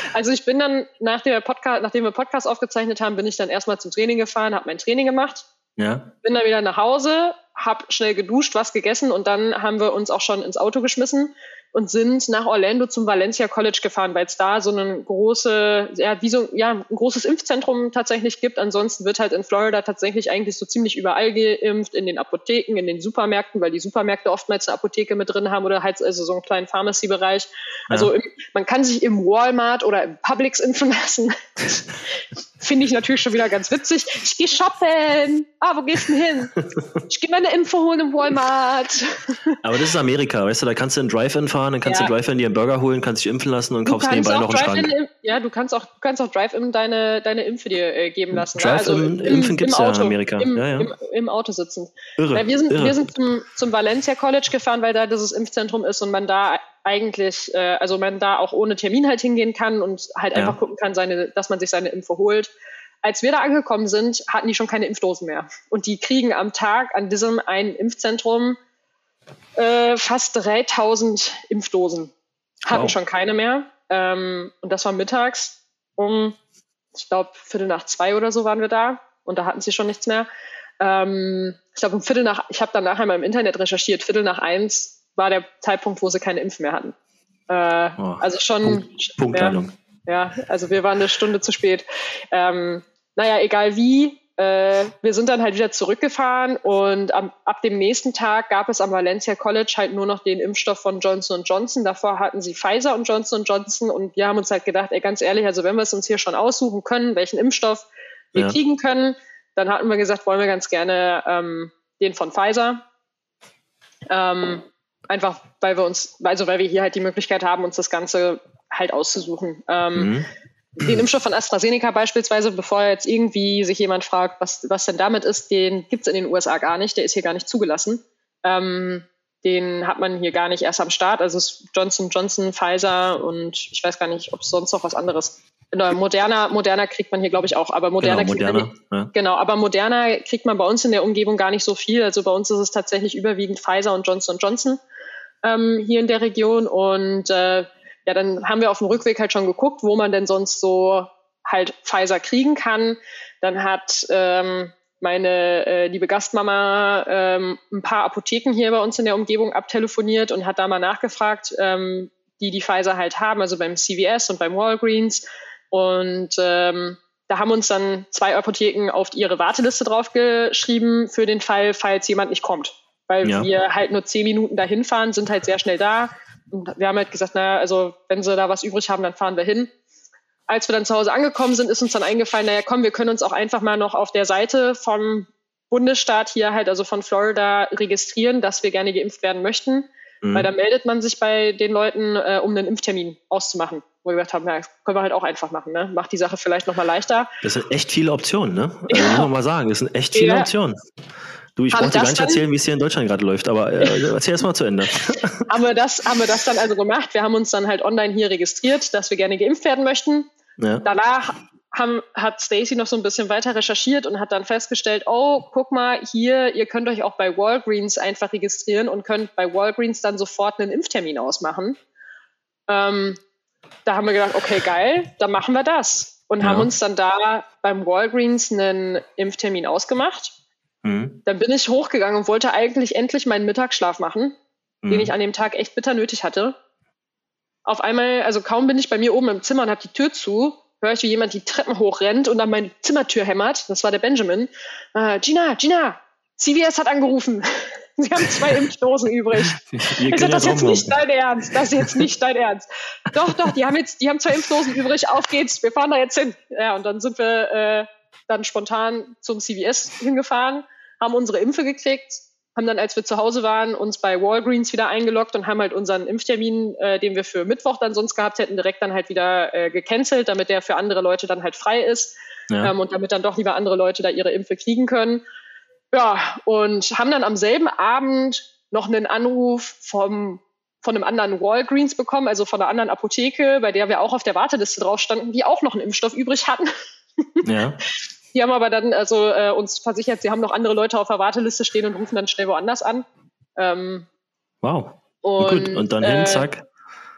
Also ich bin dann, nach der Podcast, nachdem wir Podcast aufgezeichnet haben, bin ich dann erstmal zum Training gefahren, habe mein Training gemacht, ja. bin dann wieder nach Hause, habe schnell geduscht, was gegessen und dann haben wir uns auch schon ins Auto geschmissen und sind nach Orlando zum Valencia College gefahren, weil es da so eine große, ja, wie so, ja, ein großes Impfzentrum tatsächlich gibt. Ansonsten wird halt in Florida tatsächlich eigentlich so ziemlich überall geimpft, in den Apotheken, in den Supermärkten, weil die Supermärkte oftmals eine Apotheke mit drin haben oder halt also so einen kleinen Pharmacy-Bereich. Also ja. im, man kann sich im Walmart oder im Publix impfen lassen. Finde ich natürlich schon wieder ganz witzig. Ich gehe shoppen. Ah, wo gehst du denn hin? Ich gehe meine Info holen im Walmart. Aber das ist Amerika, weißt du, da kannst du in Drive-In fahren, dann kannst ja. du Drive-In dir einen Burger holen, kannst dich impfen lassen und du kaufst nebenbei noch einen Schrank. Ja, du kannst auch, du kannst auch Drive-In deine, deine Impfe dir äh, geben lassen. Drive-In also Impfen gibt es ja in Amerika. Im, ja, ja. im, im Auto sitzend. Irre, weil wir sind, irre. wir sind zum, zum Valencia College gefahren, weil da dieses Impfzentrum ist und man da eigentlich, äh, also man da auch ohne Termin halt hingehen kann und halt einfach ja. gucken kann, seine, dass man sich seine Impfe holt. Als wir da angekommen sind, hatten die schon keine Impfdosen mehr. Und die kriegen am Tag an diesem einen Impfzentrum äh, fast dreitausend Impfdosen. Hatten wow. schon keine mehr. Ähm, und das war mittags um, ich glaube, Viertel nach zwei oder so waren wir da. Und da hatten sie schon nichts mehr. Ähm, ich glaube, um Viertel nach, ich habe dann nachher mal im Internet recherchiert, Viertel nach eins war der Zeitpunkt, wo sie keine Impfen mehr hatten. Äh, oh, also schon. Punkt, Punktlandung. Ja, also wir waren eine Stunde zu spät. Ähm, naja, egal wie, äh, wir sind dann halt wieder zurückgefahren und am, ab dem nächsten Tag gab es am Valencia College halt nur noch den Impfstoff von Johnson und Johnson. Davor hatten sie Pfizer und Johnson und Johnson und wir haben uns halt gedacht, ey, ganz ehrlich, also wenn wir es uns hier schon aussuchen können, welchen Impfstoff wir ja. kriegen können, dann hatten wir gesagt, wollen wir ganz gerne ähm, den von Pfizer. Ähm, einfach, weil wir uns, also weil wir hier halt die Möglichkeit haben, uns das Ganze halt auszusuchen. Ähm, mhm. Den Impfstoff von AstraZeneca beispielsweise, bevor jetzt irgendwie sich jemand fragt, was, was denn damit ist, den gibt es in den U S A gar nicht, der ist hier gar nicht zugelassen. Ähm, den hat man hier gar nicht erst am Start. Also es ist Johnson Johnson, Pfizer und ich weiß gar nicht, ob es sonst noch was anderes. Moderna, Moderna kriegt man hier, glaube ich, auch. Aber Moderna, genau, kriegt Moderna, man hier, ja. genau, aber Moderna kriegt man bei uns in der Umgebung gar nicht so viel. Also bei uns ist es tatsächlich überwiegend Pfizer und Johnson Johnson ähm, hier in der Region. Und äh, ja, dann haben wir auf dem Rückweg halt schon geguckt, wo man denn sonst so halt Pfizer kriegen kann. Dann hat ähm, meine äh, liebe Gastmama ähm, ein paar Apotheken hier bei uns in der Umgebung abtelefoniert und hat da mal nachgefragt, ähm, die die Pfizer halt haben, also beim C V S und beim Walgreens. Und ähm, da haben uns dann zwei Apotheken auf ihre Warteliste draufgeschrieben für den Fall, falls jemand nicht kommt. Weil ja. wir halt nur zehn Minuten dahin fahren, sind halt sehr schnell da. Und wir haben halt gesagt, naja, also wenn sie da was übrig haben, dann fahren wir hin. Als wir dann zu Hause angekommen sind, ist uns dann eingefallen, naja komm, wir können uns auch einfach mal noch auf der Seite vom Bundesstaat hier halt, also von Florida, registrieren, dass wir gerne geimpft werden möchten. Mhm. Weil da meldet man sich bei den Leuten, äh, um einen Impftermin auszumachen. Wo wir gesagt haben, na, das können wir halt auch einfach machen, ne? Macht die Sache vielleicht nochmal leichter. Das sind echt viele Optionen, ne? Also ja. muss man mal sagen, das sind echt viele ja. Optionen. Du, ich brauche dir gar nicht erzählen, wie es hier in Deutschland gerade läuft, aber äh, erzähl erst mal zu Ende. haben, wir das, haben wir das dann also gemacht. Wir haben uns dann halt online hier registriert, dass wir gerne geimpft werden möchten. Ja. Danach haben, hat Stacey noch so ein bisschen weiter recherchiert und hat dann festgestellt, oh, guck mal, hier, ihr könnt euch auch bei Walgreens einfach registrieren und könnt bei Walgreens dann sofort einen Impftermin ausmachen. Ähm, da haben wir gedacht, okay, geil, dann machen wir das. Und ja. haben uns dann da beim Walgreens einen Impftermin ausgemacht. Mhm. Dann bin ich hochgegangen und wollte eigentlich endlich meinen Mittagsschlaf machen, mhm. den ich an dem Tag echt bitter nötig hatte. Auf einmal, also kaum bin ich bei mir oben im Zimmer und habe die Tür zu, höre ich, wie jemand die Treppen hochrennt und an meine Zimmertür hämmert. Das war der Benjamin. Äh, Gina, Gina, C V S hat angerufen. Sie haben zwei Impfdosen übrig. Ich sage, das ist jetzt nicht dein Ernst. Das ist jetzt nicht dein Ernst. Doch, doch, die haben jetzt, die haben zwei Impfdosen übrig. Auf geht's, wir fahren da jetzt hin. Ja, und dann sind wir äh, dann spontan zum C V S hingefahren, haben unsere Impfe gekriegt, haben dann, als wir zu Hause waren, uns bei Walgreens wieder eingeloggt und haben halt unseren Impftermin, äh, den wir für Mittwoch dann sonst gehabt hätten, direkt dann halt wieder äh, gecancelt, damit der für andere Leute dann halt frei ist ja. ähm, und damit dann doch lieber andere Leute da ihre Impfe kriegen können. Ja, und haben dann am selben Abend noch einen Anruf vom, von einem anderen Walgreens bekommen, also von einer anderen Apotheke, bei der wir auch auf der Warteliste drauf standen, die auch noch einen Impfstoff übrig hatten. Ja. Die haben aber dann also äh, uns versichert, sie haben noch andere Leute auf der Warteliste stehen und rufen dann schnell woanders an. Ähm, wow. Und, gut, und dann hin, äh, zack. Ja,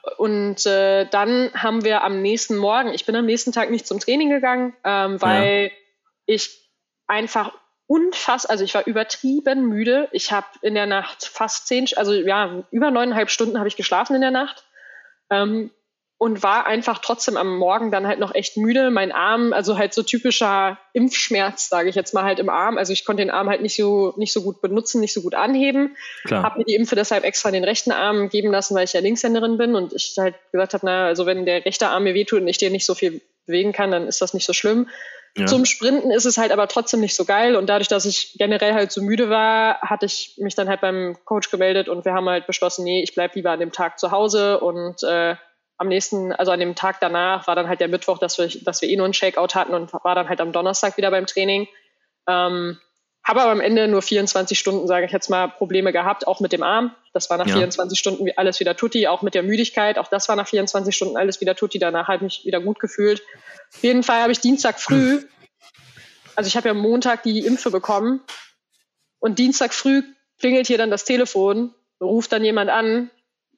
und äh, dann haben wir am nächsten Morgen, ich bin am nächsten Tag nicht zum Training gegangen, ähm, weil ja. ich einfach unfassbar, also ich war übertrieben müde. Ich habe in der Nacht fast zehn, also ja, über neuneinhalb Stunden habe ich geschlafen in der Nacht. Ähm, und war einfach trotzdem am Morgen dann halt noch echt müde. Mein Arm, also halt so typischer Impfschmerz, sage ich jetzt mal, halt im Arm. Also ich konnte den Arm halt nicht so nicht so gut benutzen, nicht so gut anheben. Habe mir die Impfe deshalb extra in den rechten Arm geben lassen, weil ich ja Linkshänderin bin und ich halt gesagt habe, na, also wenn der rechte Arm mir wehtut und ich den nicht so viel bewegen kann, dann ist das nicht so schlimm. Ja. Zum Sprinten ist es halt aber trotzdem nicht so geil und dadurch, dass ich generell halt so müde war, hatte ich mich dann halt beim Coach gemeldet und wir haben halt beschlossen, nee, ich bleib lieber an dem Tag zu Hause und äh, am nächsten, also an dem Tag danach war dann halt der Mittwoch, dass wir, dass wir eh nur einen Shakeout hatten und war dann halt am Donnerstag wieder beim Training. Ähm, habe aber am Ende nur vierundzwanzig Stunden, sage ich jetzt mal, Probleme gehabt, auch mit dem Arm. Das war nach ja. vierundzwanzig Stunden alles wieder tutti, auch mit der Müdigkeit. Auch das war nach vierundzwanzig Stunden alles wieder tutti. Danach habe ich mich wieder gut gefühlt. Auf jeden Fall habe ich Dienstag früh, also ich habe ja Montag die Impfe bekommen und Dienstag früh klingelt hier dann das Telefon, ruft dann jemand an.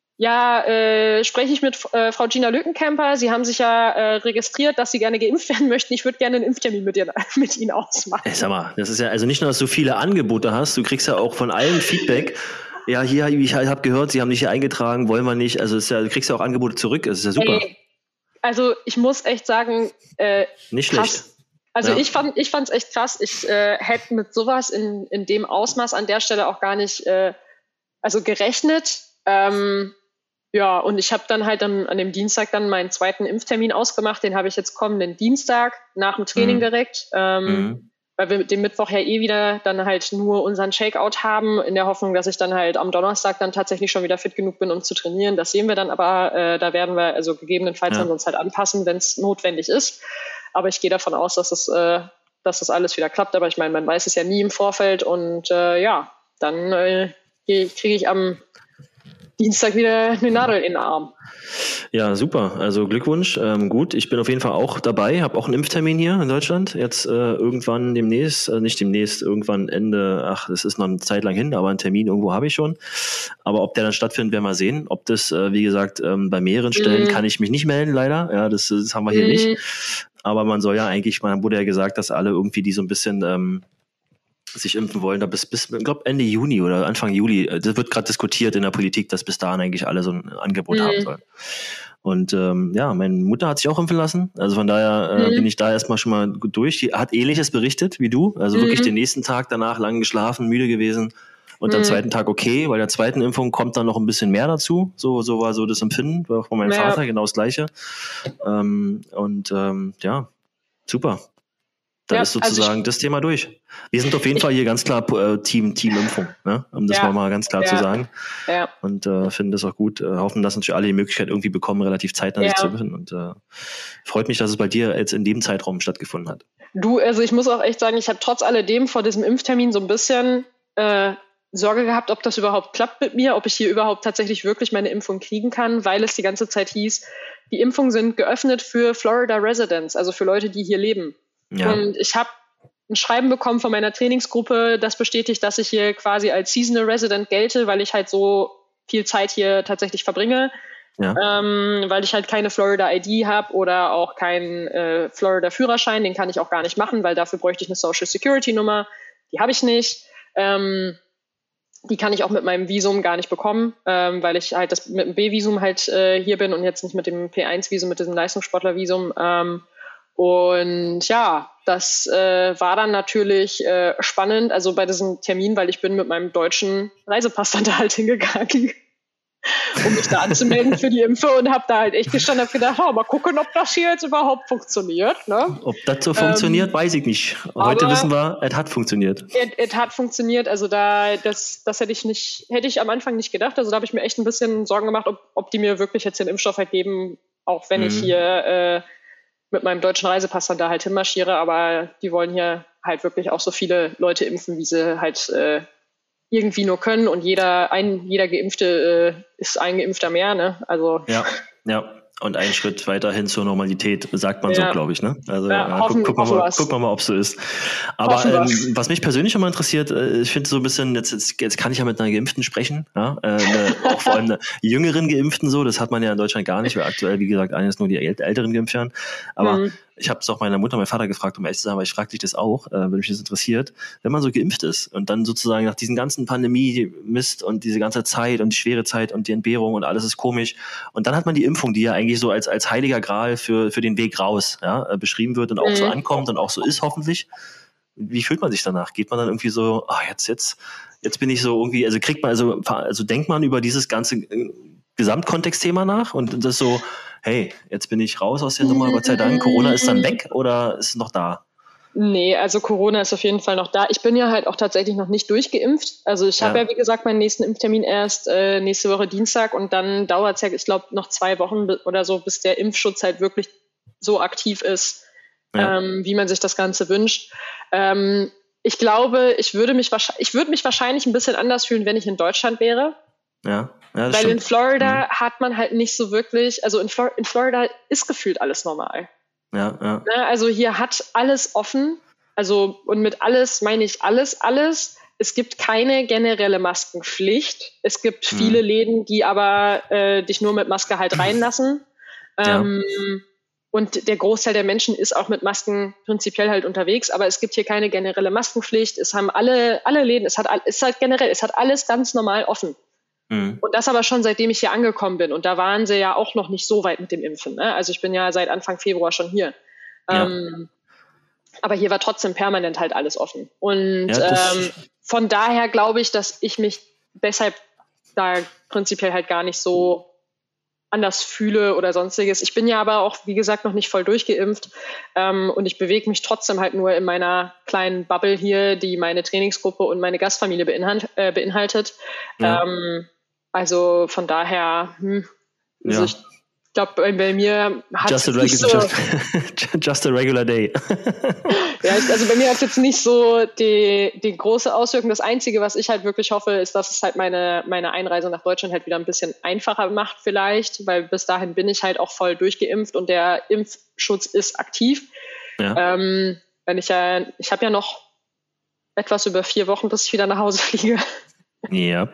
Ja, äh, spreche ich mit äh, Frau Gina Lückenkämper. Sie haben sich ja äh, registriert, dass Sie gerne geimpft werden möchten. Ich würde gerne einen Impftermin mit, ihr, mit Ihnen ausmachen. Ey, sag mal, das ist ja also nicht nur, dass du viele Angebote hast, du kriegst ja auch von allen Feedback. Ja, hier, ich habe gehört, Sie haben dich hier eingetragen, wollen wir nicht. Also ist ja, du kriegst ja auch Angebote zurück, das ist ja super. Ey, also ich muss echt sagen, äh, nicht krass. schlecht. Also ja. ich fand ich fand's echt krass. Ich äh, hätte mit sowas in, in dem Ausmaß an der Stelle auch gar nicht äh, also gerechnet. Ähm, Ja, und ich habe dann halt am, an dem Dienstag dann meinen zweiten Impftermin ausgemacht. Den habe ich jetzt kommenden Dienstag nach dem Training mhm. direkt, ähm, mhm. weil wir mit dem Mittwoch ja eh wieder dann halt nur unseren Shakeout haben, in der Hoffnung, dass ich dann halt am Donnerstag dann tatsächlich schon wieder fit genug bin, um zu trainieren. Das sehen wir dann aber, äh, da werden wir also gegebenenfalls ja. dann uns halt anpassen, wenn es notwendig ist. Aber ich gehe davon aus, dass es, äh, dass das alles wieder klappt. Aber ich meine, man weiß es ja nie im Vorfeld und äh, ja, dann äh, kriege ich am Dienstag wieder eine Nadel in den Arm. Ja, super. Also Glückwunsch. Ähm, gut, ich bin auf jeden Fall auch dabei, habe auch einen Impftermin hier in Deutschland. Jetzt äh, irgendwann demnächst, äh, nicht demnächst, irgendwann Ende, ach, das ist noch eine Zeit lang hin, aber einen Termin irgendwo habe ich schon. Aber ob der dann stattfindet, werden wir sehen. Ob das, äh, wie gesagt, ähm, bei mehreren Stellen mm. kann ich mich nicht melden, leider. Ja, das, das haben wir hier mm. nicht. Aber man soll ja eigentlich, man wurde ja gesagt, dass alle irgendwie, die so ein bisschen ähm, sich impfen wollen, da bis, bis ich glaube Ende Juni oder Anfang Juli, das wird gerade diskutiert in der Politik, dass bis dahin eigentlich alle so ein Angebot mhm. haben sollen. Und ähm, ja, meine Mutter hat sich auch impfen lassen, also von daher äh, mhm. bin ich da erstmal schon mal gut durch. Die hat Ähnliches berichtet wie du, also mhm. wirklich den nächsten Tag danach lang geschlafen, müde gewesen und am mhm. zweiten Tag okay, weil der zweiten Impfung kommt dann noch ein bisschen mehr dazu, so so war so das Empfinden, war von meinem ja. Vater genau das Gleiche. Ähm, und ähm, ja, super. Da ja, ist sozusagen also ich, das Thema durch. Wir sind auf jeden ich, Fall hier ganz klar äh, Team Team Impfung, ne? Um das ja, mal ganz klar ja, zu sagen. Ja. Und äh, finden das auch gut. Äh, hoffen, dass natürlich alle die Möglichkeit irgendwie bekommen, relativ zeitnah ja. sich zu impfen. Und äh, freut mich, dass es bei dir jetzt in dem Zeitraum stattgefunden hat. Du, also ich muss auch echt sagen, ich habe trotz alledem vor diesem Impftermin so ein bisschen äh, Sorge gehabt, ob das überhaupt klappt mit mir, ob ich hier überhaupt tatsächlich wirklich meine Impfung kriegen kann, weil es die ganze Zeit hieß, die Impfungen sind geöffnet für Florida Residents, also für Leute, die hier leben. Ja. Und ich habe ein Schreiben bekommen von meiner Trainingsgruppe, das bestätigt, dass ich hier quasi als Seasonal Resident gelte, weil ich halt so viel Zeit hier tatsächlich verbringe, ja. ähm, weil ich halt keine Florida I D habe oder auch keinen äh, Florida Führerschein, den kann ich auch gar nicht machen, weil dafür bräuchte ich eine Social Security Nummer, die habe ich nicht. Ähm, die kann ich auch mit meinem Visum gar nicht bekommen, ähm, weil ich halt das mit dem B-Visum halt äh, hier bin und jetzt nicht mit dem P eins Visum, mit diesem Leistungssportler-Visum. Ähm, Und ja, das äh, war dann natürlich äh, spannend, also bei diesem Termin, weil ich bin mit meinem deutschen Reisepass dann da halt hingegangen, um mich da anzumelden für die Impfe und habe da halt echt gestanden und gedacht, oh, mal gucken, ob das hier jetzt überhaupt funktioniert. Ne? Ob das so funktioniert, ähm, weiß ich nicht. Heute wissen wir, es hat funktioniert. Es hat funktioniert, also da das, das hätte ich nicht, hätte ich am Anfang nicht gedacht. Also da habe ich mir echt ein bisschen Sorgen gemacht, ob, ob die mir wirklich jetzt den Impfstoff halt geben, auch wenn mhm. ich hier äh, mit meinem deutschen Reisepass dann da halt hinmarschiere, aber die wollen hier halt wirklich auch so viele Leute impfen, wie sie halt äh, irgendwie nur können und jeder ein jeder Geimpfte äh, ist ein Geimpfter mehr, ne? Also ja, ja, Und ein Schritt weiter hin zur Normalität, sagt man ja. so, glaube ich. Ne? Also ja, hoffen, guck, gucken, wir mal, gucken wir mal, ob es so ist. Aber ähm, was mich persönlich immer interessiert, äh, ich finde so ein bisschen, jetzt, jetzt, jetzt kann ich ja mit einer Geimpften sprechen, ja? äh, eine, auch vor allem eine jüngeren Geimpften so, das hat man ja in Deutschland gar nicht, weil aktuell, wie gesagt, eines nur die älteren geimpft werden. Aber mhm. ich habe es auch meiner Mutter und meinem Vater gefragt, um ehrlich zu sagen, aber ich frage dich das auch, äh, wenn mich das interessiert, wenn man so geimpft ist und dann sozusagen nach diesen ganzen Pandemie-Mist und diese ganze Zeit und die schwere Zeit und die Entbehrung und alles ist komisch und dann hat man die Impfung, die ja eigentlich so als, als heiliger Gral für, für den Weg raus ja, beschrieben wird und auch mhm. so ankommt und auch so ist hoffentlich. Wie fühlt man sich danach? Geht man dann irgendwie so, ah, jetzt, jetzt, jetzt bin ich so irgendwie, also kriegt man, also, also denkt man über dieses ganze Gesamtkontextthema nach und das so, hey, jetzt bin ich raus aus der Nummer, Gott sei Dank, Corona ist dann weg oder ist es noch da? Nee, also Corona ist auf jeden Fall noch da. Ich bin ja halt auch tatsächlich noch nicht durchgeimpft. Also ich habe ja. ja, wie gesagt, meinen nächsten Impftermin erst äh, nächste Woche Dienstag und dann dauert es ja, ich glaube, noch zwei Wochen oder so, bis der Impfschutz halt wirklich so aktiv ist, ja. ähm, wie man sich das Ganze wünscht. Ähm, ich glaube, ich würde mich wahrscheinlich, ich würde mich wahrscheinlich ein bisschen anders fühlen, wenn ich in Deutschland wäre. Ja. Ja, Weil stimmt. in Florida mhm. hat man halt nicht so wirklich, also in, Flor- in Florida ist gefühlt alles normal. Ja, ja. Ne, also hier hat alles offen, also und mit alles meine ich alles, alles. Es gibt keine generelle Maskenpflicht. Es gibt viele mhm. Läden, die aber äh, dich nur mit Maske halt reinlassen. Ja. Ähm, und der Großteil der Menschen ist auch mit Masken prinzipiell halt unterwegs, aber es gibt hier keine generelle Maskenpflicht. Es haben alle, alle Läden, es hat, es ist halt generell, es hat alles ganz normal offen. Mhm. Und das aber schon seitdem ich hier angekommen bin. Und da waren sie ja auch noch nicht so weit mit dem Impfen. Ne? Also ich bin ja seit Anfang Februar schon hier. Ja. Ähm, aber hier war trotzdem permanent halt alles offen. Und ja, ähm, von daher glaube ich, dass ich mich deshalb da prinzipiell halt gar nicht so anders fühle oder sonstiges. Ich bin ja aber auch, wie gesagt, noch nicht voll durchgeimpft. Ähm, und ich bewege mich trotzdem halt nur in meiner kleinen Bubble hier, die meine Trainingsgruppe und meine Gastfamilie beinhalt, äh, beinhaltet. Ja. Ähm, Also von daher, hm, also ja. ich glaube, bei, bei mir hat es just, nicht so... just, just a regular day. ja, ich, also bei mir hat es jetzt nicht so die, die große Auswirkung. Das Einzige, was ich halt wirklich hoffe, ist, dass es halt meine, meine Einreise nach Deutschland halt wieder ein bisschen einfacher macht vielleicht, weil bis dahin bin ich halt auch voll durchgeimpft und der Impfschutz ist aktiv. Ja. Ähm, wenn ich ja, ich habe ja noch etwas über vier Wochen, bis ich wieder nach Hause fliege. Ja.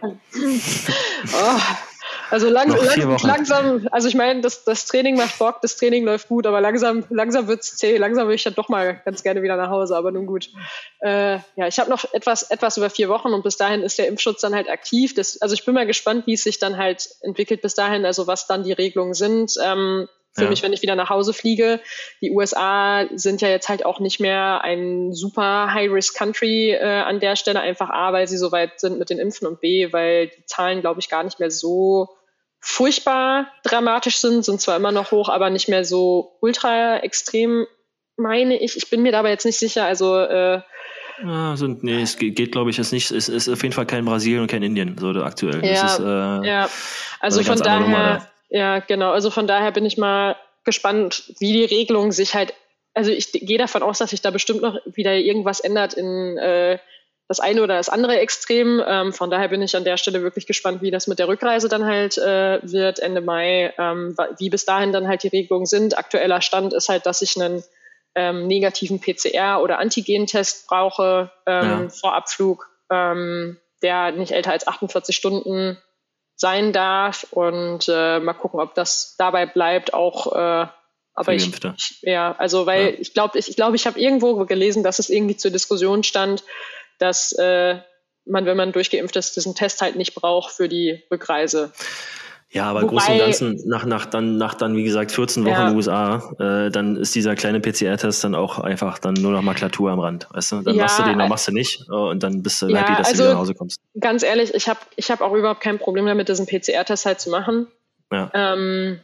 oh, also lang, lang, langsam, also ich meine, das, das Training macht Bock, das Training läuft gut, aber langsam, langsam wird es zäh, langsam will ich dann doch mal ganz gerne wieder nach Hause, aber nun gut. Äh, ja, ich habe noch etwas, etwas über vier Wochen und bis dahin ist der Impfschutz dann halt aktiv. Das, also ich bin mal gespannt, wie es sich dann halt entwickelt bis dahin, also was dann die Regelungen sind. Ähm, Für ja. mich, wenn ich wieder nach Hause fliege. Die U S A sind ja jetzt halt auch nicht mehr ein super High-Risk-Country äh, an der Stelle, einfach A, weil sie so weit sind mit den Impfen und B, weil die Zahlen, glaube ich, gar nicht mehr so furchtbar dramatisch sind, sind zwar immer noch hoch, aber nicht mehr so ultra extrem, meine ich. Ich bin mir dabei jetzt nicht sicher, also äh, Ja, also, nee, es geht, geht glaube ich, jetzt nicht. Es ist auf jeden Fall kein Brasilien und kein Indien, so aktuell. Ja, das ist, äh, ja. Also von daher, ja, genau. Also von daher bin ich mal gespannt, wie die Regelung sich halt. Also ich gehe davon aus, dass sich da bestimmt noch wieder irgendwas ändert in äh, das eine oder das andere Extrem. Ähm, von daher bin ich an der Stelle wirklich gespannt, wie das mit der Rückreise dann halt äh, wird Ende Mai, ähm, wie bis dahin dann halt die Regelungen sind. Aktueller Stand ist halt, dass ich einen ähm, negativen P C R- oder Antigentest brauche ähm, ja. vor Abflug, ähm, der nicht älter als achtundvierzig Stunden sein darf und äh, mal gucken, ob das dabei bleibt, auch äh, aber ich, ich ja, also weil ja. ich glaube, ich, ich glaube, ich habe irgendwo gelesen, dass es irgendwie zur Diskussion stand, dass äh, man, wenn man durchgeimpft ist, diesen Test halt nicht braucht für die Rückreise. Ja, aber im Großen und Ganzen, nach, nach, dann, nach dann, wie gesagt, vierzehn Wochen ja. in den U S A, äh, dann ist dieser kleine P C R-Test dann auch einfach dann nur noch Maklatur am Rand, weißt du? Dann ja, machst du den, dann machst du nicht und dann bist du ja, happy, dass also, du wieder nach Hause kommst. Ganz ehrlich, ich habe ich hab auch überhaupt kein Problem damit, diesen P C R-Test halt zu machen. Ja. Ähm,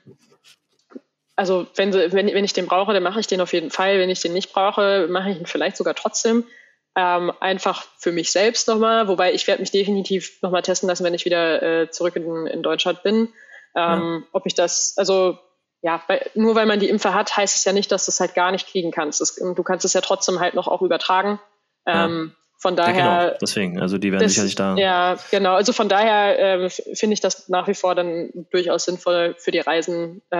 also wenn, wenn, wenn ich den brauche, dann mache ich den auf jeden Fall. Wenn ich den nicht brauche, mache ich ihn vielleicht sogar trotzdem. Ähm, einfach für mich selbst nochmal, wobei ich werde mich definitiv nochmal testen lassen, wenn ich wieder äh, zurück in, in Deutschland bin. Ähm, ja. Ob ich das, also ja, weil, nur weil man die Impfe hat, heißt es ja nicht, dass du es halt gar nicht kriegen kannst. Das, du kannst es ja trotzdem halt noch auch übertragen. Ähm, ja. Von daher. Ja, genau. Deswegen, also die werden das, sicherlich da. Ja, genau. Also von daher äh, finde ich das nach wie vor dann durchaus sinnvoll für die Reisen, ähm,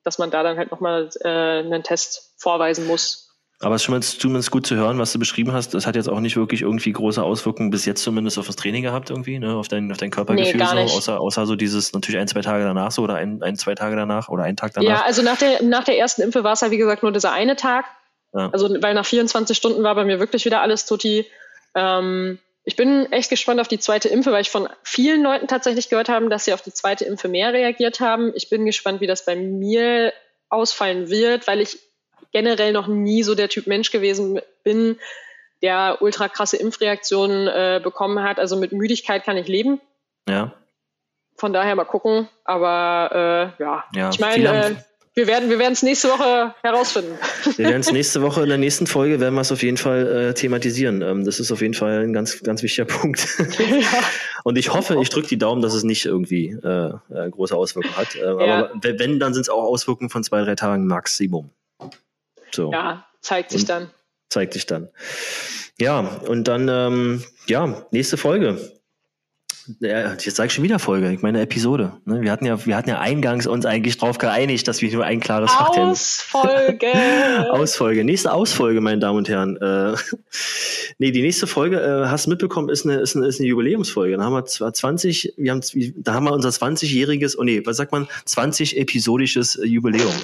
dass man da dann halt nochmal äh, einen Test vorweisen muss. Aber es ist schon mal zumindest gut zu hören, was du beschrieben hast. Das hat jetzt auch nicht wirklich irgendwie große Auswirkungen bis jetzt zumindest auf das Training gehabt irgendwie, ne? Auf dein, auf dein Körpergefühl, nee, gar nicht. so, außer, außer so dieses natürlich ein, zwei Tage danach so oder ein, ein, zwei Tage danach oder einen Tag danach. Ja, also nach der, nach der ersten Impfe war es ja wie gesagt nur dieser eine Tag. Ja. Also weil nach vierundzwanzig Stunden war bei mir wirklich wieder alles tutti. Ähm, ich bin echt gespannt auf die zweite Impfe, weil ich von vielen Leuten tatsächlich gehört habe, dass sie auf die zweite Impfe mehr reagiert haben. Ich bin gespannt, wie das bei mir ausfallen wird, weil ich generell noch nie so der Typ Mensch gewesen bin, der ultra krasse Impfreaktionen äh, bekommen hat. Also mit Müdigkeit kann ich leben. Ja. Von daher mal gucken. Aber äh, ja. ja, ich meine, äh, wir werden wir werden es nächste Woche herausfinden. Wir werden es nächste Woche in der nächsten Folge werden wir es auf jeden Fall äh, thematisieren. Ähm, das ist auf jeden Fall ein ganz ganz wichtiger Punkt. Ja. Und ich hoffe, ich drücke die Daumen, dass es nicht irgendwie äh, äh, große Auswirkungen hat. Äh, ja. Aber wenn, dann sind es auch Auswirkungen von zwei, drei Tagen Maximum. So. Ja, zeigt sich und dann. Zeigt sich dann. Ja, und dann, ähm, ja, nächste Folge. Ja, jetzt sage ich schon wieder Folge, ich meine Episode. Ne? Wir hatten ja, wir hatten ja eingangs uns eigentlich drauf geeinigt, dass wir nur ein klares Fach kennen. Ausfolge! Ausfolge, nächste Ausfolge, meine Damen und Herren. Äh, nee, die nächste Folge, äh, hast du mitbekommen, ist eine, ist eine, ist eine Jubiläumsfolge. Da haben wir zwar zwanzig, wir haben, da haben wir unser zwanzigjähriges, oh nee, was sagt man, zwanzig episodisches Jubiläum.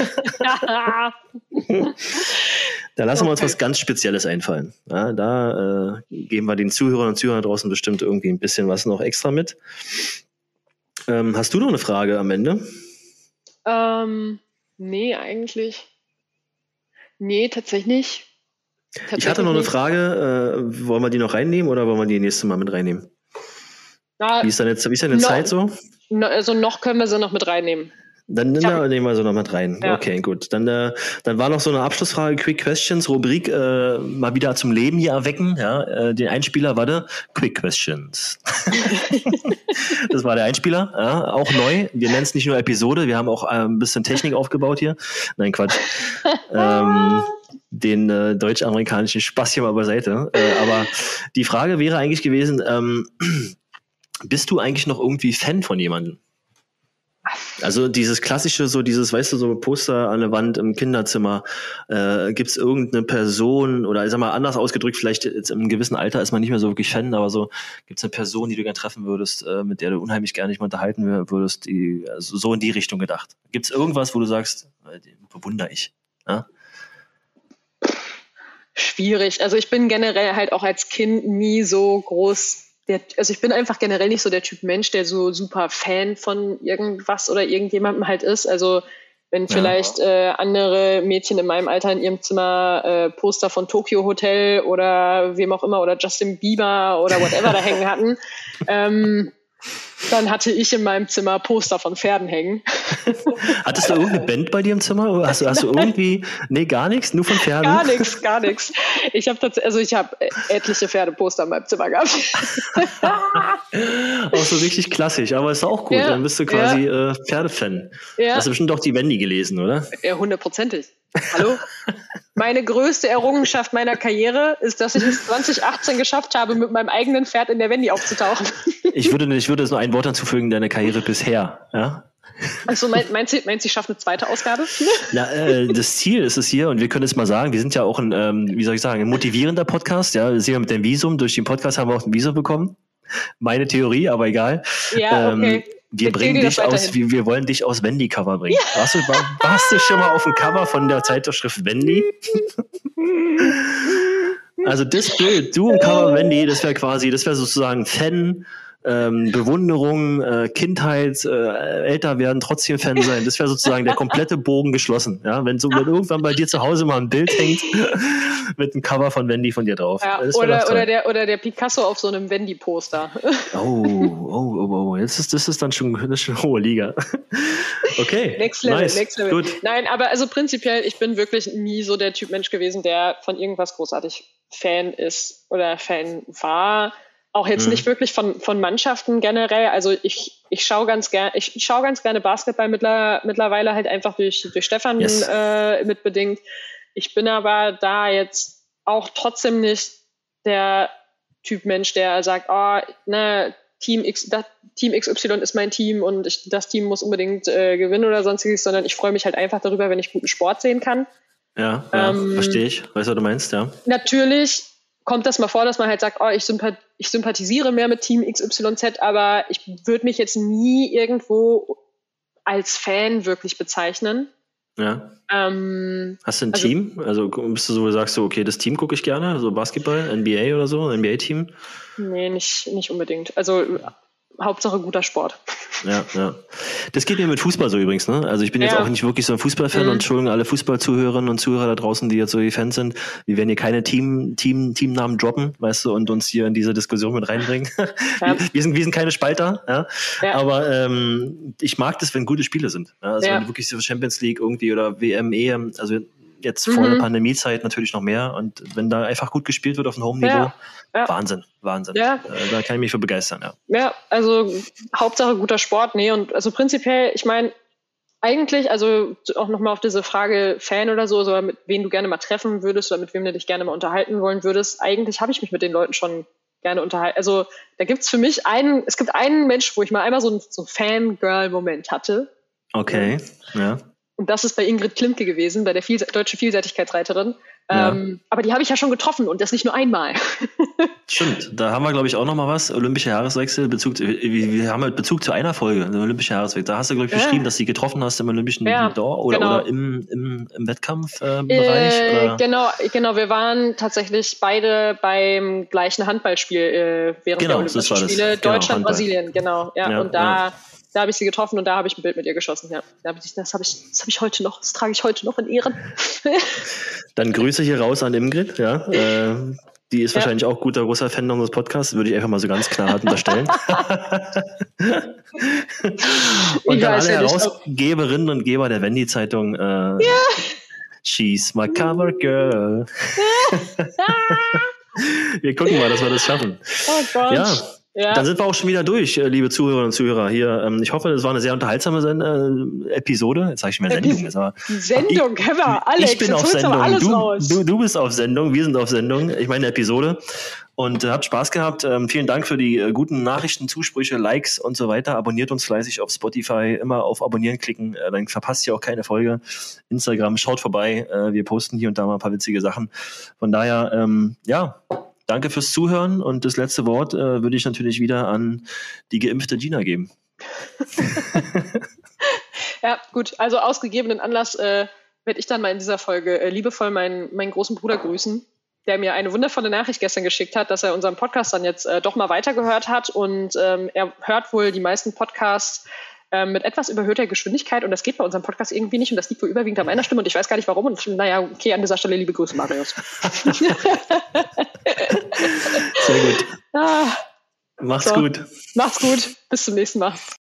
Da lassen okay. wir uns was ganz Spezielles einfallen. Ja, da äh, geben wir den Zuhörern und Zuhörern draußen bestimmt irgendwie ein bisschen was noch extra mit. Ähm, hast du noch eine Frage am Ende? Ähm, nee, eigentlich. Nee, tatsächlich nicht. Tatsächlich ich hatte noch eine nicht. Frage. Äh, wollen wir die noch reinnehmen oder wollen wir die nächste Mal mit reinnehmen? Na, wie ist deine, wie ist deine no, Zeit so? No, also noch können wir sie noch mit reinnehmen. Dann hab, nehmen wir so noch mit rein. Ja. Okay, gut. Dann, äh, dann war noch so eine Abschlussfrage, Quick Questions, Rubrik, äh, mal wieder zum Leben hier erwecken. Ja, äh, den Einspieler, warte, Quick Questions. Das war der Einspieler, ja, auch neu. Wir nennen es nicht nur Episode, wir haben auch äh, ein bisschen Technik aufgebaut hier. Nein, Quatsch. ähm, den äh, deutsch-amerikanischen Spaß hier mal beiseite. Äh, aber die Frage wäre eigentlich gewesen, ähm, bist du eigentlich noch irgendwie Fan von jemandem? Also dieses klassische, so dieses, weißt du, so Poster an der Wand im Kinderzimmer, äh, gibt es irgendeine Person oder ich sag mal anders ausgedrückt, vielleicht jetzt im gewissen Alter ist man nicht mehr so wirklich Fan, aber so gibt es eine Person, die du gerne treffen würdest, äh, mit der du unheimlich gerne dich mal unterhalten würdest, die also so in die Richtung gedacht. Gibt es irgendwas, wo du sagst, äh, den bewundere ich? Ja? Schwierig. Also ich bin generell halt auch als Kind nie so groß. Der, also ich bin einfach generell nicht so der Typ Mensch, der so super Fan von irgendwas oder irgendjemandem halt ist. Also wenn vielleicht ja. äh, andere Mädchen in meinem Alter in ihrem Zimmer äh, Poster von Tokyo Hotel oder wem auch immer oder Justin Bieber oder whatever da hängen hatten, ähm, dann hatte ich in meinem Zimmer Poster von Pferden hängen. Hattest du irgendeine Band bei dir im Zimmer? Hast du, hast du irgendwie, nee, gar nichts, nur von Pferden? Gar nichts, gar nichts. Ich habe also ich habe etliche Pferdeposter in meinem Zimmer gehabt. Auch so richtig klassisch, aber ist auch gut. Ja, dann bist du quasi ja. äh, Pferdefan. Ja. Hast du bestimmt auch die Wendy gelesen, oder? Ja, hundertprozentig. Hallo? Meine größte Errungenschaft meiner Karriere ist, dass ich es zwanzig achtzehn geschafft habe, mit meinem eigenen Pferd in der Wendy aufzutauchen. Ich würde, ich würde nur ein Wort hinzufügen, deine Karriere bisher. Ja? Also mein, meinst du, meinst du, ich schaffe eine zweite Ausgabe? Na, äh, das Ziel ist es hier, und wir können es mal sagen, wir sind ja auch ein, ähm, wie soll ich sagen, ein motivierender Podcast. Ja, wir sind ja mit dem Visum, durch den Podcast haben wir auch ein Visum bekommen. Meine Theorie, aber egal. Ja, okay. Ähm, wir bringen dich aus, wir, wir wollen dich aus Wendy-Cover bringen. Ja. Warst, du, war, warst du schon mal auf dem Cover von der Zeitschrift Wendy? Also das Bild, du im Cover Wendy, das wäre quasi, das wäre sozusagen Fan, ähm, Bewunderung, äh, Kindheit, äh, älter werden, trotzdem Fan sein. Das wäre sozusagen der komplette Bogen geschlossen. Ja, wenn so wenn irgendwann bei dir zu Hause mal ein Bild hängt mit einem Cover von Wendy von dir drauf. Ja, oder, oder, der, oder der Picasso auf so einem Wendy-Poster. Oh, oh, oh, oh. Jetzt ist, das ist dann schon, das ist schon hohe Liga. Okay. Next Level, nice. Next Level. Gut. Nein, aber also prinzipiell, ich bin wirklich nie so der Typ Mensch gewesen, der von irgendwas großartig Fan ist oder Fan war. Auch jetzt hm. nicht wirklich von, von Mannschaften generell. Also ich, ich schaue ganz gerne, ich schaue ganz gerne Basketball mittler, mittlerweile halt einfach durch, durch Stefan yes. äh, mitbedingt. Ich bin aber da jetzt auch trotzdem nicht der Typ Mensch, der sagt, oh, ne, Team X, das, Team X Y ist mein Team und ich, das Team muss unbedingt äh, gewinnen oder sonstiges, sondern ich freue mich halt einfach darüber, wenn ich guten Sport sehen kann. Ja, ja ähm, verstehe ich. Weißt du, was du meinst, ja. Natürlich kommt das mal vor, dass man halt sagt, oh, ich, sympath- ich sympathisiere mehr mit Team X Y Z, aber ich würde mich jetzt nie irgendwo als Fan wirklich bezeichnen. Ja. Ähm, Hast du ein also, Team? Also bist du so, sagst du, okay, das Team gucke ich gerne, so Basketball, N B A oder so, N B A-Team? Nee, nicht, nicht unbedingt. Also Hauptsache guter Sport. Ja, ja. Das geht mir mit Fußball so übrigens, ne? Also ich bin jetzt ja. auch nicht wirklich so ein Fußballfan mhm. und Entschuldigung alle Fußballzuhörerinnen und Zuhörer da draußen, die jetzt so die Fans sind. Wir werden hier keine Team, Team, Teamnamen droppen, weißt du, und uns hier in diese Diskussion mit reinbringen. Ja. Wir, wir, sind, wir sind keine Spalter, ja. ja. Aber ähm, ich mag das, wenn gute Spiele sind. Ja? Also ja. wenn wirklich so Champions League irgendwie oder W M, E M, also jetzt vor mhm. der Pandemiezeit natürlich noch mehr. Und wenn da einfach gut gespielt wird auf einem hohen Niveau, ja. Ja. Wahnsinn, Wahnsinn. Ja. Äh, da kann ich mich für begeistern, ja. Ja, also Hauptsache guter Sport, nee. Und also prinzipiell, ich meine, eigentlich, also auch nochmal auf diese Frage Fan oder so, oder mit wem du gerne mal treffen würdest oder mit wem du dich gerne mal unterhalten wollen würdest, eigentlich habe ich mich mit den Leuten schon gerne unterhalten. Also da gibt es für mich einen, es gibt einen Mensch, wo ich mal einmal so einen so Fangirl-Moment hatte. Okay, ja. Und das ist bei Ingrid Klimke gewesen, bei der Vielse- deutschen Vielseitigkeitsreiterin. Ja. Ähm, aber die habe ich ja schon getroffen und das nicht nur einmal. Stimmt, da haben wir, glaube ich, auch noch mal was. Olympischer Jahreswechsel, Bezug, wir, wir haben halt Bezug zu einer Folge, der Olympische Jahreswechsel. Da hast du, glaube ich, ja. geschrieben, dass du die getroffen hast im Olympischen ja, Door oder, genau. oder im, im, im Wettkampfbereich. Äh, äh, genau, genau, wir waren tatsächlich beide beim gleichen Handballspiel äh, während genau, der Olympischen Spiele. Genau, Deutschland, Brasilien, genau. Ja, ja, und da... Ja. Da habe ich sie getroffen und da habe ich ein Bild mit ihr geschossen. Ja, das habe ich, das habe ich heute noch. Das trage ich heute noch in Ehren. Dann Grüße hier raus an Ingrid. Ja, äh, die ist ja. wahrscheinlich auch guter großer Fan unseres Podcasts. Würde ich einfach mal so ganz knallhart unterstellen. Und dann alle Herausgeberinnen und Geber der Wendy-Zeitung. Äh, ja. She's my cover girl. Wir gucken mal, dass wir das schaffen. Oh Gott. Ja. Ja. Dann sind wir auch schon wieder durch, liebe Zuhörerinnen und Zuhörer hier. Ich hoffe, das war eine sehr unterhaltsame Sen- äh, Episode. Jetzt sage ich mir Sendung. Jetzt aber Sendung, ich, Heber, Alex, ich bin auf Sendung. Du, du, du bist auf Sendung, wir sind auf Sendung. Ich meine Episode. Und äh, habt Spaß gehabt. Ähm, vielen Dank für die äh, guten Nachrichten, Zusprüche, Likes und so weiter. Abonniert uns fleißig auf Spotify. Immer auf Abonnieren klicken, äh, dann verpasst ihr auch keine Folge. Instagram, schaut vorbei. Äh, wir posten hier und da mal ein paar witzige Sachen. Von daher, ähm, ja... Danke fürs Zuhören und das letzte Wort äh, würde ich natürlich wieder an die geimpfte Gina geben. Ja, gut. Also aus gegebenen Anlass äh, werde ich dann mal in dieser Folge äh, liebevoll meinen, meinen großen Bruder grüßen, der mir eine wundervolle Nachricht gestern geschickt hat, dass er unseren Podcast dann jetzt äh, doch mal weitergehört hat und ähm, er hört wohl die meisten Podcasts mit etwas überhöhter Geschwindigkeit und das geht bei unserem Podcast irgendwie nicht und das liegt wohl überwiegend an meiner Stimme und ich weiß gar nicht warum und naja, okay, an dieser Stelle liebe Grüße, Marius. Sehr gut. Ah, Mach's so. gut. Mach's gut. Bis zum nächsten Mal.